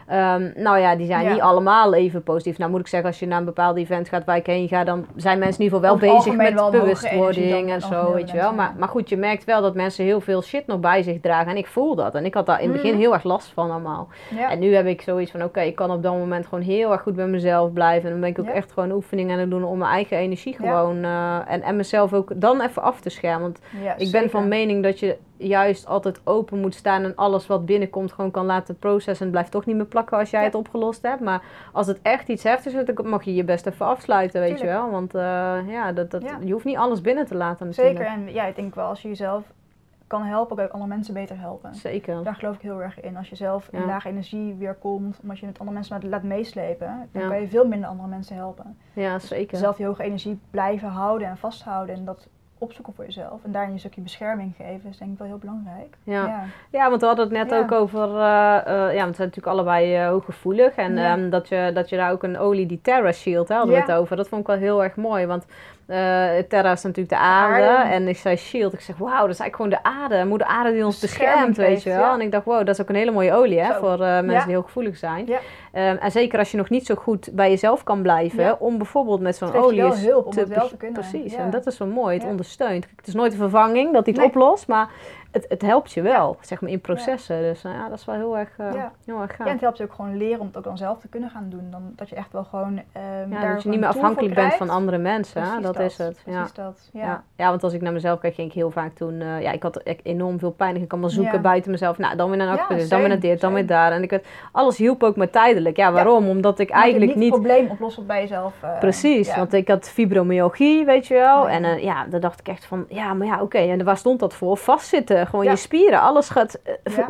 Nou ja, die zijn niet allemaal even positief. Nou moet ik zeggen, als je naar een bepaald event gaat waar ik heen ga, dan zijn mensen in ieder geval wel bezig met bewustwording en zo, weet je wel. Maar goed, je merkt wel dat mensen heel veel shit nog bij zich dragen. En ik voel dat. En ik had daar in het begin heel erg last van allemaal. Ja. En nu heb ik zoiets van, oké, ik kan op dat moment gewoon heel erg goed bij mezelf blijven. En dan ben ik ook echt gewoon oefeningen aan het doen om mijn eigen energie gewoon... en mezelf ook dan even af te schermen. Want ik ben van mening dat je juist altijd open moet staan en alles wat binnenkomt gewoon kan laten processen. En het blijft toch niet meer plakken als jij het opgelost hebt. Maar als het echt iets heftigs is, dan mag je je best even afsluiten, weet je wel. Want je hoeft niet alles binnen te laten natuurlijk. Zeker. En ik denk wel, als je jezelf kan helpen, kan je andere mensen beter helpen. Zeker. Daar geloof ik heel erg in. Als je zelf in lage energie weer komt, omdat je het andere mensen laat meeslepen, dan kan je veel minder andere mensen helpen. Ja, zeker. Dus zelf die hoge energie blijven houden en vasthouden en dat opzoeken voor jezelf. En daarin een stukje bescherming geven is denk ik wel heel belangrijk. Ja, want we hadden het net ook over... want we zijn natuurlijk allebei hooggevoelig. En dat je daar ook een olie, die Terra Shield, hadden we het over. Dat vond ik wel heel erg mooi. Want Terra is natuurlijk de aarde. En ik zei Shield. Ik zeg, wauw, dat is eigenlijk gewoon de aarde. Moeder aarde die ons beschermt, weet je wel. Ja. En ik dacht, wow, dat is ook een hele mooie olie voor mensen die hooggevoelig zijn. Ja. En zeker als je nog niet zo goed bij jezelf kan blijven. Om bijvoorbeeld met zo'n olie... Het geeft je wel hulp om het wel te kunnen. Precies, en dat is wel mooi. Het ondersteunt. Het is nooit een vervanging dat hij het oplost, maar het helpt je wel, zeg maar, in processen. Dus dat is wel heel erg gaaf. Ja, en het helpt je ook gewoon leren om het ook dan zelf te kunnen gaan doen. Dan, dat je echt wel gewoon daar dat je niet meer afhankelijk bent van andere mensen. Precies dat is het. Precies dat. Ja, want als ik naar mezelf kijk, ging ik heel vaak toen... ik had enorm veel pijn. Ik kan wel zoeken buiten mezelf. Nou, dan weer naar een acupuncturist, dan weer naar dit, dan weer daar. En alles hielp ook maar tijdelijk. Ja, waarom? Omdat ik eigenlijk niet... het probleem oplossen bij jezelf. Precies, want ik had fibromyalgie, weet je wel. En dan dacht ik echt van, oké. En waar stond dat voor? Vastzitten. Gewoon je spieren. Alles gaat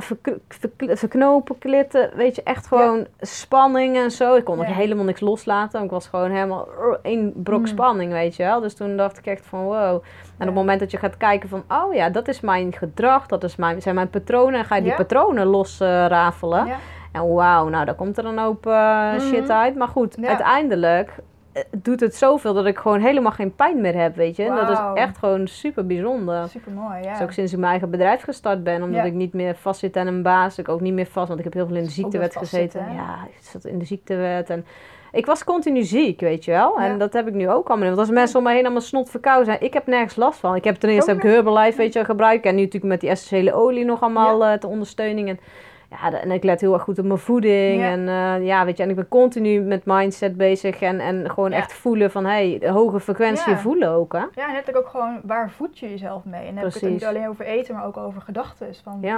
verknopen, klitten. Weet je, echt gewoon spanning en zo. Ik kon nog helemaal niks loslaten. Ik was gewoon helemaal één brok spanning, weet je wel. Dus toen dacht ik echt van wow. En op het moment dat je gaat kijken van, dat is mijn gedrag. Zijn mijn patronen. En ga je die patronen losrafelen. En wauw, nou daar komt er een hoop shit uit. Maar goed, uiteindelijk... doet het zoveel dat ik gewoon helemaal geen pijn meer heb, weet je. Wow. Dat is echt gewoon super bijzonder. Super mooi, ja. Dus ook sinds ik mijn eigen bedrijf gestart ben, omdat ik niet meer vast zit aan een baas. Ik ook niet meer vast, want ik heb heel veel in de ziektewet gezeten. Ja, ik zat in de ziektewet en ik was continu ziek, weet je wel. En dat heb ik nu ook allemaal. Want als mensen om me heen allemaal snot verkouden zijn, ik heb nergens last van. Ik heb ten eerste Herbalife, weet je wel, gebruikt. En nu natuurlijk met die essentiële olie nog allemaal ter ondersteuning. En ik let heel erg goed op mijn voeding. En weet je, en ik ben continu met mindset bezig. En gewoon echt voelen van, hoge frequentie voelen ook, hè. Ja, en letterlijk ook gewoon, waar voed je jezelf mee? En dan heb ik het niet alleen over eten, maar ook over gedachten.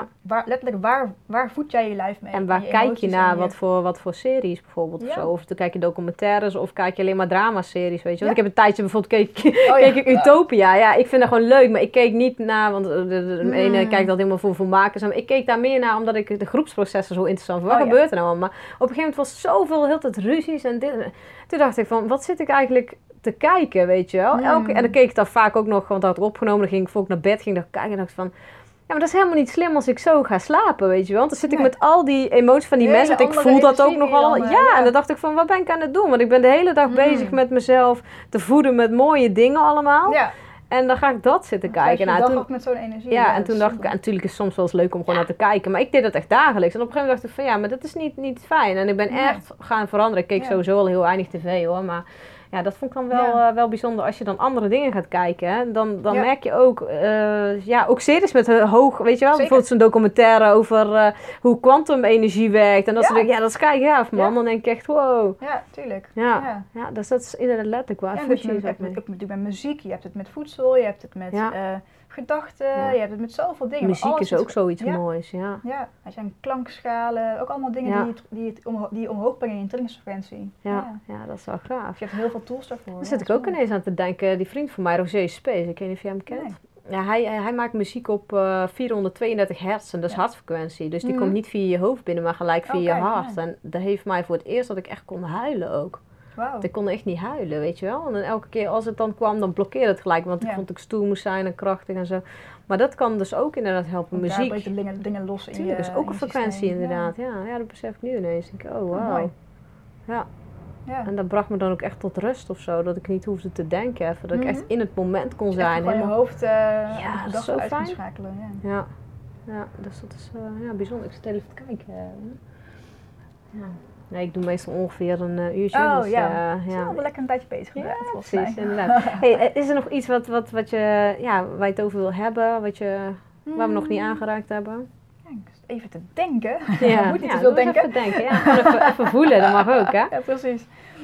Waar voed jij je lijf mee? En waar kijk je naar? Wat voor series bijvoorbeeld of zo? Of dan kijk je documentaires of kijk je alleen maar dramaseries, weet je? Want ik heb een tijdje bijvoorbeeld keek ik Utopia. Ja, ik vind dat gewoon leuk, maar ik keek niet naar, want de ene kijkt dat helemaal voor makers. Maar ik keek daar meer naar, omdat ik de groepsprocessen zo interessant vond. Wat gebeurt er nou allemaal? Maar op een gegeven moment was zoveel, heel tijd ruzies en dit. Toen dacht ik van, wat zit ik eigenlijk te kijken, weet je wel? En dan keek ik dan vaak ook nog, want dat had ik opgenomen. Dan ging ik voor ik naar bed ging, kijken en dacht van... Ja, maar dat is helemaal niet slim als ik zo ga slapen, weet je wel. Want dan zit ik met al die emoties van die mensen. Want ik voel dat ook nogal. En dan dacht ik van, wat ben ik aan het doen? Want ik ben de hele dag bezig met mezelf te voeden met mooie dingen allemaal. Ja. En dan ga ik dat zitten kijken. En toen ook met zo'n energie. Ja, en toen dacht ik, natuurlijk is het soms wel eens leuk om gewoon naar te kijken. Maar ik deed dat echt dagelijks. En op een gegeven moment dacht ik van, maar dat is niet fijn. En ik ben echt gaan veranderen. Ik keek sowieso al heel weinig tv hoor, maar... Ja, dat vond ik dan wel bijzonder. Als je dan andere dingen gaat kijken, hè, dan merk je ook... ook series met hoog... Weet je wel, bijvoorbeeld zo'n documentaire over hoe kwantumenergie werkt. En dat soort dingen. Ja, dat is kei gaaf, man. Dan denk ik echt, wow. Ja, tuurlijk. Ja, dus dat is inderdaad letterlijk waar. Dus je hebt het ook natuurlijk met muziek. Je hebt het met voedsel. Je hebt het met... gedachten, je hebt het met zoveel dingen. Muziek is ook zoiets moois, Ja, er zijn klankschalen, ook allemaal dingen die omhoog brengen in je trillingsfrequentie. Ja, dat is wel gaaf. Je hebt heel veel tools daarvoor. Daar zit ik ook ineens aan te denken. Die vriend van mij, Roger Space, ik weet niet of je hem kent. Nee. Ja, hij maakt muziek op 432 hertz en dat is hartfrequentie. Dus die komt niet via je hoofd binnen, maar gelijk via je hart. En dat heeft mij voor het eerst dat ik echt kon huilen ook. Wow. Ik kon echt niet huilen, weet je wel. En elke keer als het dan kwam, dan blokkeerde het gelijk. Want ik vond dat ik stoer moest zijn en krachtig en zo. Maar dat kan dus ook inderdaad helpen. Muziek. Daar breekt dingen los in je. Dat is ook een frequentie inderdaad. Ja, dat besef ik nu ineens. Ik denk, oh wauw. Ja. En dat bracht me dan ook echt tot rust of zo. Dat ik niet hoefde te denken even. Dat ik echt in het moment kon zijn. Gewoon je hoofd zo uit kan schakelen. Ja, dus dat is bijzonder. Ik zit even te kijken. Ja. Nee, ik doe meestal ongeveer een uurtje. Oh dus, ja, wel lekker een tijdje bezig. Ja, precies, inderdaad. Hey, is er nog iets wat je, waar je het over wil hebben, waar we nog niet aangeraakt hebben? Ja, even te denken. Ja, moet niet te veel denken. Even denken. Ja, gewoon even voelen, dat mag ook, hè? Ja, precies.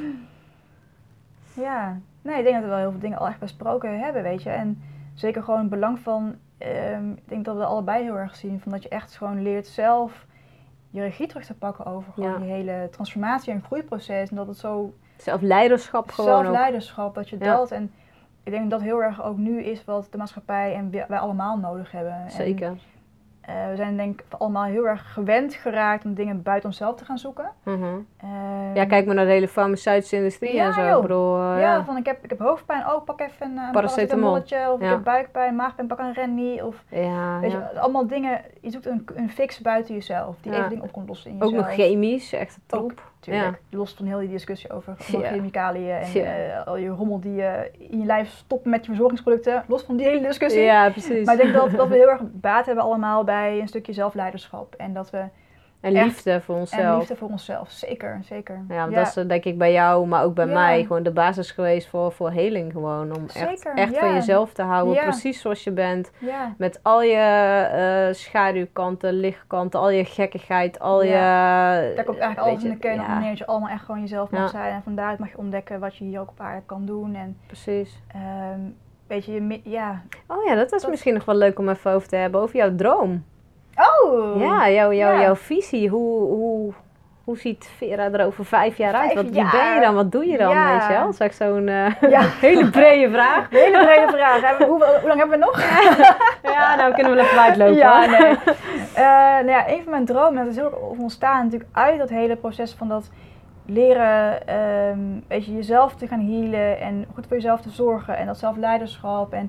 Ja, nee, ik denk dat we wel heel veel dingen al echt besproken hebben, weet je. En zeker gewoon het belang van, ik denk dat we allebei heel erg zien, van dat je echt gewoon leert zelf je regie terug te pakken over gewoon je hele transformatie en groeiproces. En dat het zo... Zelfleiderschap gewoon Zelfleiderschap, dat je dat... En ik denk dat dat heel erg ook nu is wat de maatschappij en wij allemaal nodig hebben. Zeker. En, we zijn denk ik allemaal heel erg gewend geraakt om dingen buiten onszelf te gaan zoeken. Ja, kijk maar naar de hele farmaceutische industrie en zo. Ik bedoel, van ik heb hoofdpijn, pak even een paracetamolletje. Of ik heb buikpijn, maagpijn, pak een Rennie. Of weet je, allemaal dingen. Je zoekt een fix buiten jezelf die even dingen op komt lossen in jezelf. Ook nog chemisch, echt top. Tuurlijk. Los van heel die discussie over chemicaliën en al je rommel die je in je lijf stopt met je verzorgingsproducten. Los van die hele discussie. Ja, precies. Maar ik denk dat we heel erg baat hebben allemaal bij een stukje zelfleiderschap. En dat we... En liefde voor onszelf. En liefde voor onszelf, zeker. Ja, dat is denk ik bij jou, maar ook bij mij gewoon de basis geweest voor heling gewoon. Om echt van jezelf te houden, precies zoals je bent. Ja. Met al je schaduwkanten, lichtkanten, al je gekkigheid, al je... Daar komt eigenlijk alles in de kern op neer, dat je allemaal echt gewoon jezelf mag zijn. En van daaruit mag je ontdekken wat je hier ook op aarde kan doen. En, precies. Weet je, Oh ja, dat is misschien nog wel leuk om even over te hebben, over jouw droom. Oh! Ja, jouw visie. Hoe ziet Vera er over 5 jaar uit? Wie ben je dan? Wat doe je dan? Weet je wel? Dat is echt zo'n hele brede vraag. Een hele brede vraag. Hoe lang hebben we nog? Ja, nou kunnen we even uitlopen. Ja, nee. Een van mijn dromen, dat is heel erg ontstaan natuurlijk uit dat hele proces van dat leren, weet je, jezelf te gaan healen en goed voor jezelf te zorgen en dat zelfleiderschap. En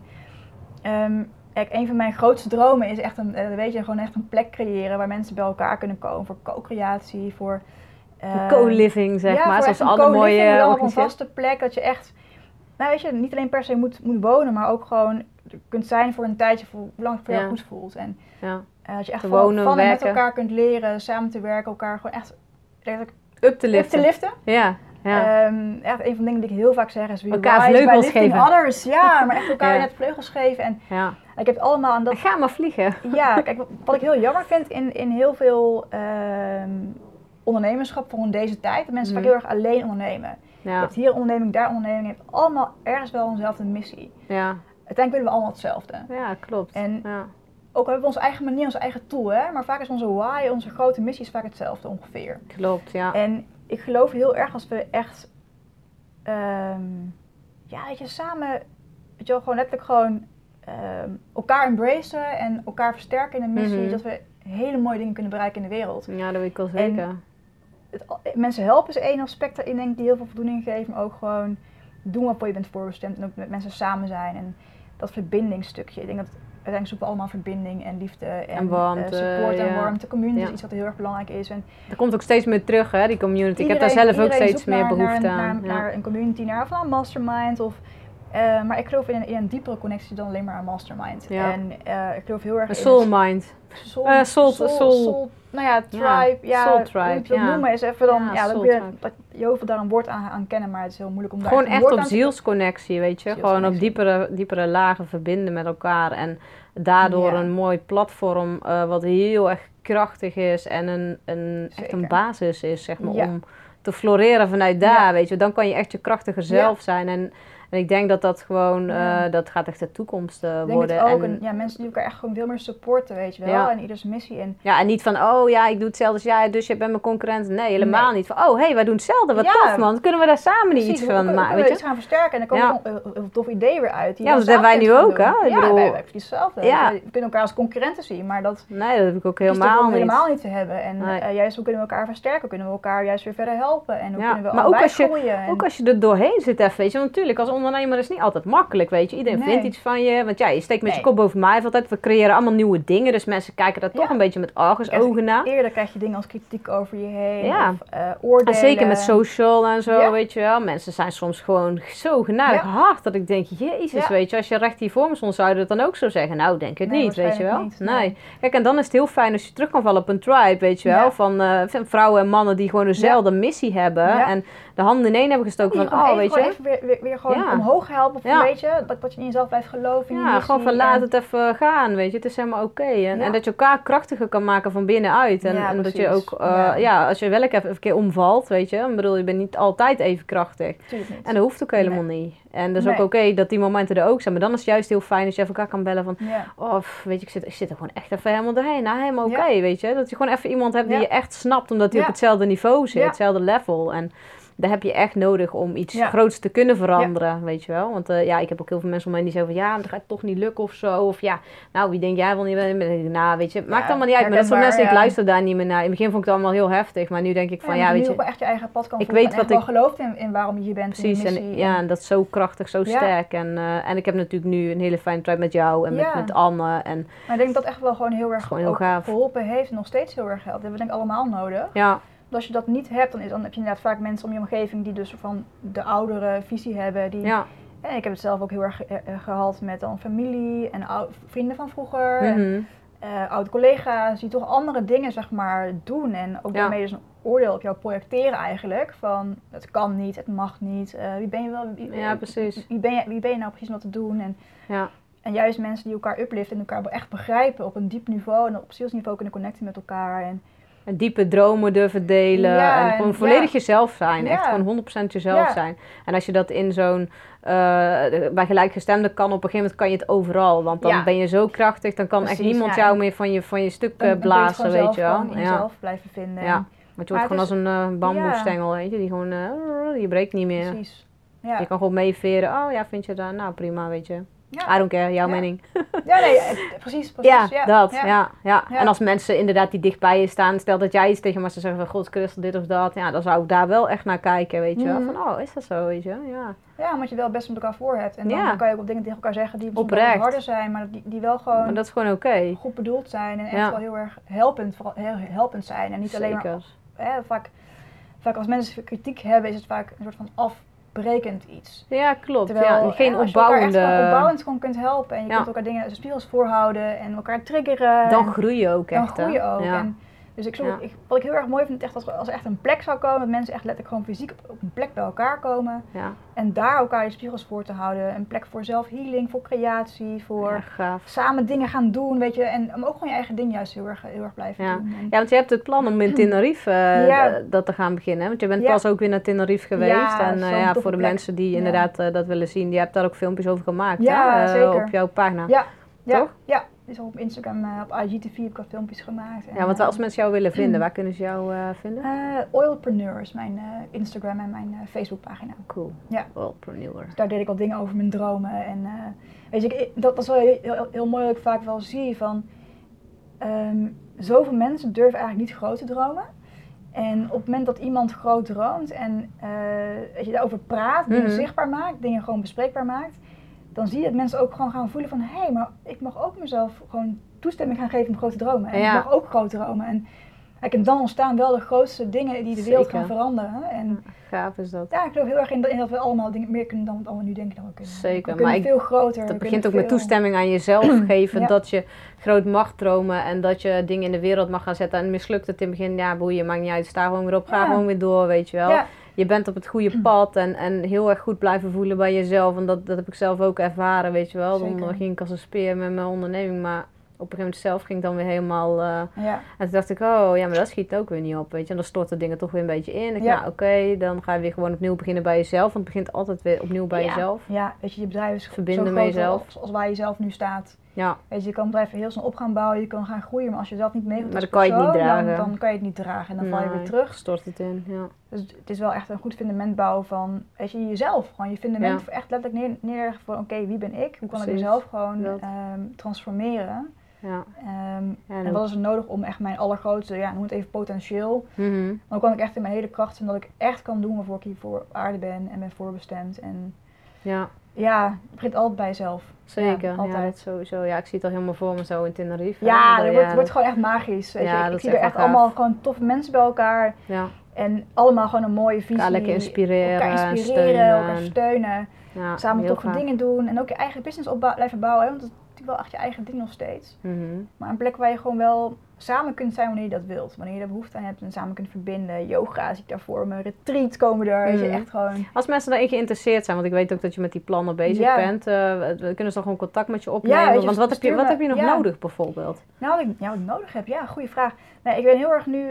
kijk, een van mijn grootste dromen is echt gewoon echt een plek creëren waar mensen bij elkaar kunnen komen voor co-creatie, voor co-living, zeg maar, zoals alle mooie op een vaste plek, dat je echt, nou weet je, niet alleen per se moet wonen, maar ook gewoon kunt zijn voor een tijdje, voor hoe lang het voor jou goed voelt. En dat je echt van en met elkaar kunt leren, samen te werken, elkaar gewoon echt up te liften. Ja. Echt een van de dingen die ik heel vaak zeg is elkaar vleugels geven. Others. Ja, maar echt elkaar net vleugels geven. En ik heb het allemaal aan dat... Ga maar vliegen. Ja, kijk, wat ik heel jammer vind in heel veel ondernemerschap voor in deze tijd, dat mensen vaak heel erg alleen ondernemen. Ja. Je hebt hier onderneming, daar onderneming, je hebt allemaal ergens wel eenzelfde missie. Ja. Uiteindelijk willen we allemaal hetzelfde. Ja, klopt. En ook hebben we onze eigen manier, onze eigen tool, hè? Maar vaak is onze why, onze grote missie is vaak hetzelfde ongeveer. Klopt, ja. En ik geloof heel erg als we echt, dat je samen, weet je wel, gewoon letterlijk gewoon elkaar embracen en elkaar versterken in een missie, dat we hele mooie dingen kunnen bereiken in de wereld. Ja, dat weet ik wel zeker. En mensen helpen is één aspect daarin, denk ik, die heel veel voldoening geeft, maar ook gewoon doen waarvoor je bent voorbestemd en ook met mensen samen zijn en dat verbindingsstukje. Ik denk dat uiteindelijk zoeken we allemaal verbinding en liefde en warmte, support en warmte. Community is iets wat heel erg belangrijk is. En er komt ook steeds meer terug, hè, die community. Ik heb daar zelf ook steeds meer behoefte aan. Naar een community, naar een mastermind. Maar ik geloof in een diepere connectie dan alleen maar een mastermind. Ja. En ik geloof heel erg in... Soulmind. Soul. Nou ja, tribe. Ja, soul tribe. Dat noemen is even dan... Ja, dan dat je over daar een woord aan kennen, maar het is heel moeilijk om daar gewoon echt op zielsconnectie, weet je. Gewoon op diepere lagen verbinden met elkaar. En daardoor een mooi platform wat heel erg krachtig is en echt een basis is, zeg maar, om te floreren vanuit daar, weet je. Dan kan je echt je krachtige zelf zijn. En ik denk dat dat gewoon, dat gaat echt de toekomst worden. Ook. En mensen die elkaar echt gewoon veel meer supporten, weet je wel. Ja. En ieders missie. En niet van, ik doe hetzelfde als jij, dus je bent mijn concurrent. Nee, helemaal niet. Van, wij doen hetzelfde. Wat tof, man. Kunnen we daar samen niet iets van maken? Weet je? Iets gaan versterken en dan komen heel tof ideeën weer uit. Dat hebben wij nu ook, hè? Ik bedoel, wij hebben precies hetzelfde. Ja. We kunnen elkaar als concurrenten zien, maar dat... Nee, dat heb ik ook helemaal niet te hebben. En juist, hoe kunnen we elkaar versterken? Kunnen we elkaar juist weer verder helpen? En hoe kunnen we maar allebei groeien? Ook als je er doorheen zit even, weet je. Want natuurlijk, als ondernemer is niet altijd makkelijk, weet je. Iedereen vindt iets van je. Want je steekt met je kop boven mij altijd. We creëren allemaal nieuwe dingen. Dus mensen kijken daar toch een beetje met argusogen naar. Eerder krijg je dingen als kritiek over je heen. Of oordelen. En zeker met social en zo, weet je wel. Mensen zijn soms gewoon zo genadig hard dat ik denk, jezus, weet je. Als je recht hier voor me stond, zou je het dan ook zo zeggen? Nou, denk ik niet, weet je wel. Nee. Kijk, en dan is het heel fijn als je terug kan vallen op een tribe, weet je wel. Van vrouwen en mannen die gewoon dezelfde missie hebben. En de handen in één hebben gestoken van, weet je. Even weer gewoon omhoog helpen, of weet je. Dat je in jezelf blijft geloven. In je missie, gewoon van laat het even gaan, weet je. Het is helemaal oké. En dat je elkaar krachtiger kan maken van binnenuit. En dat je ook, als je wel even een keer omvalt, weet je. Ik bedoel, je bent niet altijd even krachtig. Tuurlijk niet. En dat hoeft ook helemaal niet. En dat is ook oké dat die momenten er ook zijn. Maar dan is het juist heel fijn als je even elkaar kan bellen van... weet je, ik zit er gewoon echt even helemaal doorheen. Nou, helemaal oké, weet je. Dat je gewoon even iemand hebt die je echt snapt. Omdat hij op hetzelfde niveau zit, hetzelfde level. En daar heb je echt nodig om iets groots te kunnen veranderen, weet je wel. Want ik heb ook heel veel mensen om me die zeggen van... maar dat gaat toch niet lukken of zo. Of wie denk jij wel niet? Nou, weet je, maakt allemaal niet uit. Maar dat soort mensen, ik luister daar niet meer naar. In het begin vond ik het allemaal heel heftig. Maar nu denk ik van, weet je... nu ook echt je eigen pad kan ik weet wat ik gelooft in waarom je hier bent. Precies, en dat is zo krachtig, zo sterk. En ik heb natuurlijk nu een hele fijne tijd met jou en met Anne. Maar ik denk dat echt wel gewoon heel erg geholpen heeft. En nog steeds heel erg helpt. Dat hebben we denk ik allemaal nodig. Ja. Als je dat niet hebt, dan heb je inderdaad vaak mensen om je omgeving die dus van de oudere visie hebben. En ik heb het zelf ook heel erg gehad met dan familie en vrienden van vroeger. Oude collega's die toch andere dingen zeg maar doen. En ook daarmee dus een oordeel op jou projecteren eigenlijk. Van het kan niet, het mag niet. Wie ben je wel? Precies. Wie ben je nou precies om dat te doen? En juist mensen die elkaar upliften en elkaar echt begrijpen op een diep niveau. En op zielsniveau kunnen connecten met elkaar. En diepe dromen durven delen. En gewoon volledig jezelf zijn. Echt gewoon 100% jezelf zijn. En als je dat in zo'n... bij gelijkgestemden kan, op een gegeven moment kan je het overal. Want dan ben je zo krachtig. Dan kan echt niemand jou meer van je stuk blazen, weet je wel. Dan in jezelf blijven vinden. Ja, want je wordt gewoon als een bamboestengel, weet je. Die gewoon... je breekt niet meer. Precies. Ja. Je kan gewoon meeveren. Oh ja, vind je dat? Nou, prima, weet je. Ja. I don't care, jouw mening. Precies. En als mensen inderdaad die dichtbij je staan, stel dat jij iets tegen me zeggen van god, Christel, dit of dat, dan zou ik daar wel echt naar kijken, weet je wel. Van, is dat zo, weet je? Ja, omdat je wel best met elkaar voor hebt. En dan kan je ook dingen tegen elkaar zeggen die misschien wel harder zijn, maar die wel gewoon... Maar dat is gewoon oké. Goed bedoeld zijn en echt wel heel erg helpend zijn. En niet alleen maar... Vaak als mensen kritiek hebben, is het vaak een soort van afbrekend iets. Ja, klopt. Terwijl, geen als opbouwende... je elkaar echt opbouwend gewoon kunt helpen en je kunt elkaar dingen als spiegels voorhouden en elkaar triggeren. Dan groei je ook echt. Dus wat ik heel erg mooi vind, echt als er echt een plek zou komen, dat mensen echt letterlijk gewoon fysiek op een plek bij elkaar komen. Ja. En daar elkaar je spiegels voor te houden. Een plek voor zelfhealing, voor creatie, voor samen dingen gaan doen, weet je. En om ook gewoon je eigen ding juist heel erg blijven doen. Ja, want je hebt het plan om in Tenerife dat te gaan beginnen. Want je bent pas ook weer naar Tenerife geweest. En voor de mensen die inderdaad dat willen zien, je hebt daar ook filmpjes over gemaakt. Ja, zeker. Op jouw pagina. Toch? Ja. Dus op Instagram, op IGTV heb ik wat filmpjes gemaakt. En want als mensen jou willen vinden, waar kunnen ze jou vinden? Oilpreneur is mijn Instagram en mijn Facebookpagina. Cool. Ja. Oilpreneur. Dus daar deed ik al dingen over mijn dromen. En weet je, dat is wel heel mooi wat ik vaak wel zie van... zoveel mensen durven eigenlijk niet groot te dromen. En op het moment dat iemand groot droomt en je daarover praat, dingen zichtbaar maakt, dingen gewoon bespreekbaar maakt... dan zie je dat mensen ook gewoon gaan voelen van... hé, maar ik mag ook mezelf gewoon toestemming gaan geven om grote dromen. En ik mag ook groot dromen. En dan ontstaan wel de grootste dingen die de wereld gaan veranderen. En gaaf is dat. Ja, ik geloof heel erg in dat we allemaal dingen meer kunnen dan we nu denken dat we kunnen. Zeker. We kunnen veel groter. Dat begint ook met toestemming aan jezelf geven. Dat je groot mag dromen en dat je dingen in de wereld mag gaan zetten. En mislukt het in het begin, boeien, maakt niet uit. Sta gewoon weer op, ga gewoon weer door, weet je wel. Ja. Je bent op het goede pad en heel erg goed blijven voelen bij jezelf. En dat heb ik zelf ook ervaren, weet je wel. Dan ging ik als een speer met mijn onderneming, maar op een gegeven moment zelf ging ik dan weer helemaal... En toen dacht ik, maar dat schiet ook weer niet op, weet je. En dan storten dingen toch weer een beetje in. Dan ga je weer gewoon opnieuw beginnen bij jezelf. Want het begint altijd weer opnieuw bij jezelf. Ja, weet je bedrijf is verbinden zo met jezelf. Als waar je zelf nu staat. Ja. Weet je kan het bedrijf heel snel op gaan bouwen, je kan gaan groeien, maar als je zelf niet meegaat maar dan kan je het niet dragen. Dan kan je het niet dragen en dan val je weer terug. Stort het in, ja. Dus het is wel echt een goed fundament bouwen van, weet je, jezelf. Gewoon je fundament echt letterlijk neerleggen van, oké, wie ben ik? Hoe kan ik mezelf gewoon transformeren? Ja. En wat is er nodig om echt mijn allergrootste, noem het even potentieel. Dan kan ik echt in mijn hele kracht zijn dat ik echt kan doen waarvoor ik hier voor aarde ben en ben voorbestemd. En het begint altijd bij jezelf. Zeker, altijd. Dat sowieso. Ja, ik zie het al helemaal voor me zo in Tenerife. Ja, het wordt gewoon echt magisch. Weet je. Ik zie er echt allemaal gewoon toffe mensen bij elkaar. Ja. En allemaal gewoon een mooie visie. Elkaar lekker inspireren, elkaar steunen. Ja, samen toffe dingen doen. En ook je eigen business blijven bouwen. Hè? Want het is natuurlijk wel echt je eigen ding nog steeds. Mm-hmm. Maar een plek waar je gewoon wel samen kunt zijn wanneer je dat wilt. Wanneer je er behoefte aan hebt en samen kunt verbinden. Yoga zie ik daarvoor me. Retreat komen er. Weet je, echt gewoon... Als mensen daarin geïnteresseerd zijn. Want ik weet ook dat je met die plannen bezig bent. Kunnen ze dan gewoon contact met je opnemen? Want wat heb je nog nodig bijvoorbeeld? Nou, wat ik nodig heb? Ja, goede vraag. Nee, ik ben heel erg nu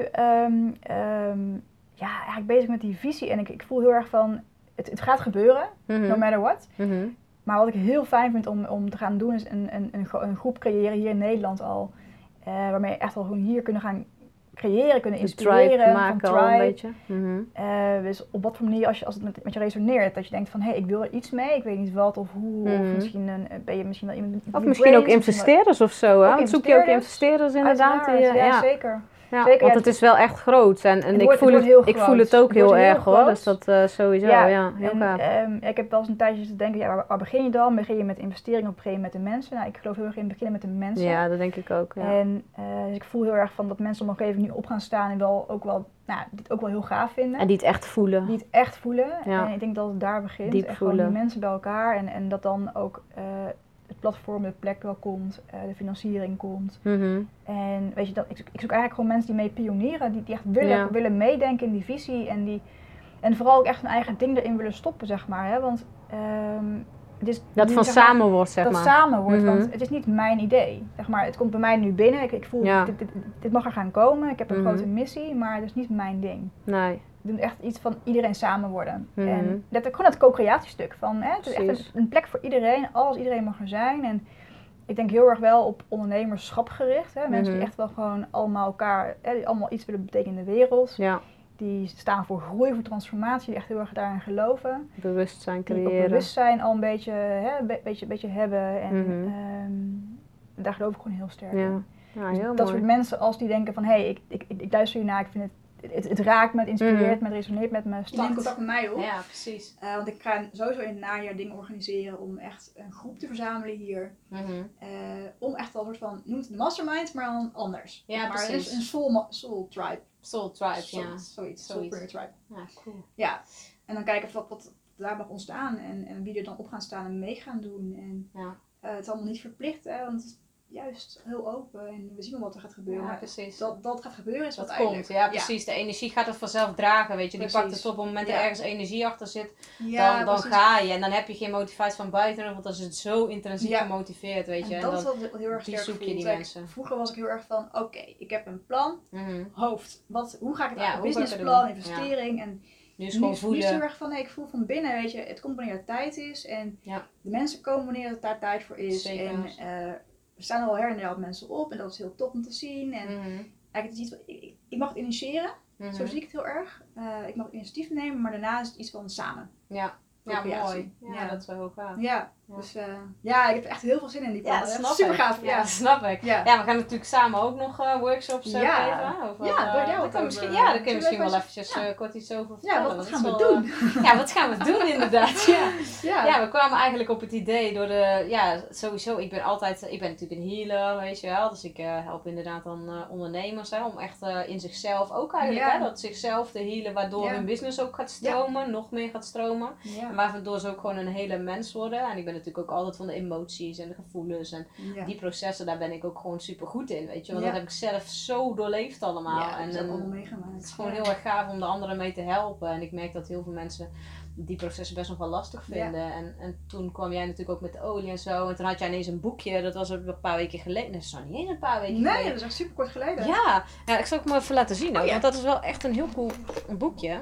eigenlijk bezig met die visie. En ik voel heel erg van... Het gaat gebeuren, no matter what. Mm-hmm. Maar wat ik heel fijn vind om te gaan doen... is een groep creëren hier in Nederland al... waarmee je echt wel gewoon hier kunnen gaan creëren, kunnen inspireren. Tribe maken al een beetje. Mm-hmm. Dus op wat voor manier, als het met je resoneert, dat je denkt van, ik wil er iets mee, ik weet niet wat of hoe, of misschien ben je misschien wel iemand... Of misschien ook investeerders of zo, hè? Want zoek je ook investeerders inderdaad? Ja, zeker. Ja, zeker, want het is wel echt groot en ik voel het ook heel erg hoor, dus dat sowieso, heel gaaf. Ik heb wel eens een tijdje te denken, waar begin je dan? Begin je met investeringen of begin je met de mensen? Nou, ik geloof heel erg in beginnen met de mensen. Ja, dat denk ik ook. Ja. En dus ik voel heel erg van dat mensen om mijn omgeving nu op gaan staan en dit ook wel heel gaaf vinden. En die het echt voelen. Ja. En ik denk dat het daar begint. Diep echt voelen. Gewoon die mensen bij elkaar en dat dan ook... het platform, de plek wel komt, de financiering komt. Mm-hmm. En weet je, ik zoek eigenlijk gewoon mensen die mee pionieren, die echt willen meedenken in die visie en vooral ook echt hun eigen ding erin willen stoppen, zeg maar. Hè? Want het is dat van samen wordt, zeg maar. Dat samen wordt, want het is niet mijn idee. Zeg maar, het komt bij mij nu binnen, ik voel, dit mag er gaan komen, ik heb een grote missie, maar het is niet mijn ding. Nee. We doen echt iets van iedereen samen worden. En gewoon dat co-creatiestuk van, het is echt een plek voor iedereen, iedereen mag er zijn. En ik denk heel erg wel op ondernemerschap gericht. Hè? Mensen die echt wel gewoon allemaal elkaar, die allemaal iets willen betekenen in de wereld. Ja. Die staan voor groei, voor transformatie, die echt heel erg daarin geloven. Bewustzijn creëren. Die ook bewustzijn al een beetje hebben. En daar geloof ik gewoon heel sterk in. Ja, dus heel dat mooi. soort mensen als die denken van, ik luister hiernaar, ik vind het raakt me, het inspireert me, het resoneert met me. Neem contact met mij op. Ja, precies. Want ik ga sowieso in het najaar dingen organiseren om echt een groep te verzamelen hier. Om echt wel een soort van, noem het de mastermind, maar dan anders. Ja, maar precies. Een soul tribe. Soul tribe, Zoiets. Soul prayer tribe. Ja, cool. Ja, en dan kijken wat daar mag ontstaan en wie er dan op gaan staan en mee gaan doen. En het is allemaal niet verplicht, hè, want het is juist heel open en we zien wel wat er gaat gebeuren. Ja, maar precies. Dat gaat gebeuren is wat dat eigenlijk. komt. Ja, precies. De energie gaat het vanzelf dragen, weet je. Die pakt het op het moment dat ergens energie achter zit, dan ga je. En dan heb je geen motivatie van buiten, want dan is het zo intrinsiek gemotiveerd, weet je. En dat is wat heel erg sterk zoek je die mensen. Vroeger was ik heel erg van, oké, ik heb een plan, hoofd. Hoe ga ik het aan? Businessplan, investering en... Nu is gewoon voelen. Nu is het heel erg van, ik voel van binnen, weet je, het komt wanneer het tijd is. En de mensen komen wanneer het daar tijd voor is. Zeker. En er staan er al her en der mensen op en dat is heel tof om te zien. En eigenlijk is iets wat, ik mag het initiëren, zo zie ik het heel erg. Ik mag het initiatief nemen, maar daarna is het iets van samen. Ja, mooi. Ja, dat is wel heel gaaf. Ja. Dus ik heb echt heel veel zin in die plannen. Ja, super gaaf. Ja, snap ik. Ja, we gaan natuurlijk samen ook nog workshops geven. Daar kun je misschien wel eventjes kort iets over vertellen. Ja, wat gaan we doen? Ja, wat gaan we doen inderdaad. Ja, we kwamen eigenlijk op het idee door sowieso, ik ben natuurlijk een healer, weet je wel. Dus ik help inderdaad dan ondernemers om echt in zichzelf ook eigenlijk, dat zichzelf te healen, waardoor hun business ook gaat stromen, nog meer gaat stromen. En waardoor ze ook gewoon een hele mens worden. En ik ben natuurlijk ook altijd van de emoties en de gevoelens en die processen, daar ben ik ook gewoon super goed in, weet je. Want dat heb ik zelf zo doorleefd allemaal. Ja, en allemaal meegemaakt. Het is gewoon heel erg gaaf om de anderen mee te helpen. En ik merk dat heel veel mensen die processen best nog wel lastig vinden. Ja. En toen kwam jij natuurlijk ook met de olie en zo. En toen had jij ineens een boekje, dat was een paar weken geleden. Dat is nog niet eens een paar weken geleden. Nee, dat is echt super kort geleden. Ja, ik zal het maar even laten zien ook, want dat is wel echt een heel cool boekje.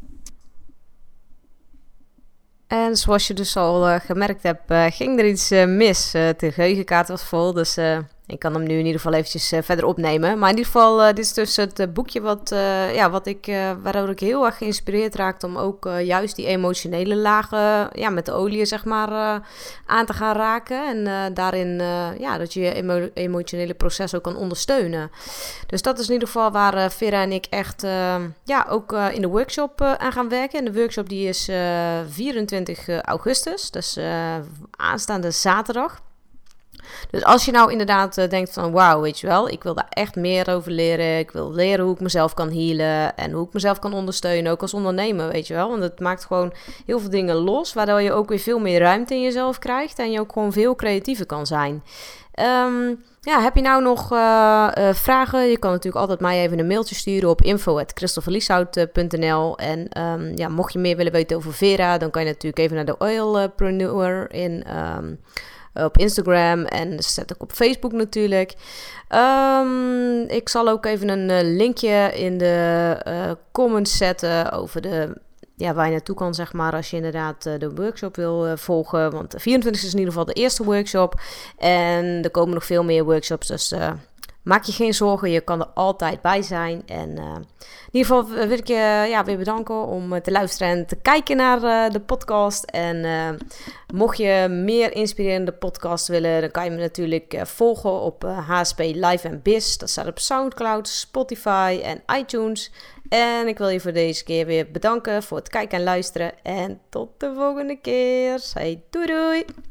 En zoals je dus al gemerkt hebt, ging er iets mis. De geheugenkaart was vol, dus Ik kan hem nu in ieder geval eventjes verder opnemen. Maar in ieder geval, dit is dus het boekje waardoor ik heel erg geïnspireerd raakte om ook juist die emotionele lagen met de oliën zeg maar aan te gaan raken. En daarin dat je je emotionele proces ook kan ondersteunen. Dus dat is in ieder geval waar Vera en ik echt ook in de workshop aan gaan werken. En de workshop die is 24 augustus, dus aanstaande zaterdag. Dus als je nou inderdaad denkt van wauw, weet je wel, ik wil daar echt meer over leren. Ik wil leren hoe ik mezelf kan healen en hoe ik mezelf kan ondersteunen, ook als ondernemer, weet je wel. Want het maakt gewoon heel veel dingen los, waardoor je ook weer veel meer ruimte in jezelf krijgt en je ook gewoon veel creatiever kan zijn. Heb je nou nog vragen? Je kan natuurlijk altijd mij even een mailtje sturen op info@christelverlieshout.nl. En mocht je meer willen weten over Vera, dan kan je natuurlijk even naar de Oilpreneur op Instagram en zet ik op Facebook natuurlijk. Ik zal ook even een linkje in de comments zetten over waar je naartoe kan, zeg maar, als je inderdaad de workshop wil volgen. Want de 24 is in ieder geval de eerste workshop. En er komen nog veel meer workshops, dus maak je geen zorgen, je kan er altijd bij zijn. En in ieder geval wil ik je weer bedanken om te luisteren en te kijken naar de podcast. En mocht je meer inspirerende podcasts willen, dan kan je me natuurlijk volgen op HSP Live & Biz. Dat staat op SoundCloud, Spotify en iTunes. En ik wil je voor deze keer weer bedanken voor het kijken en luisteren. En tot de volgende keer. Doei doei!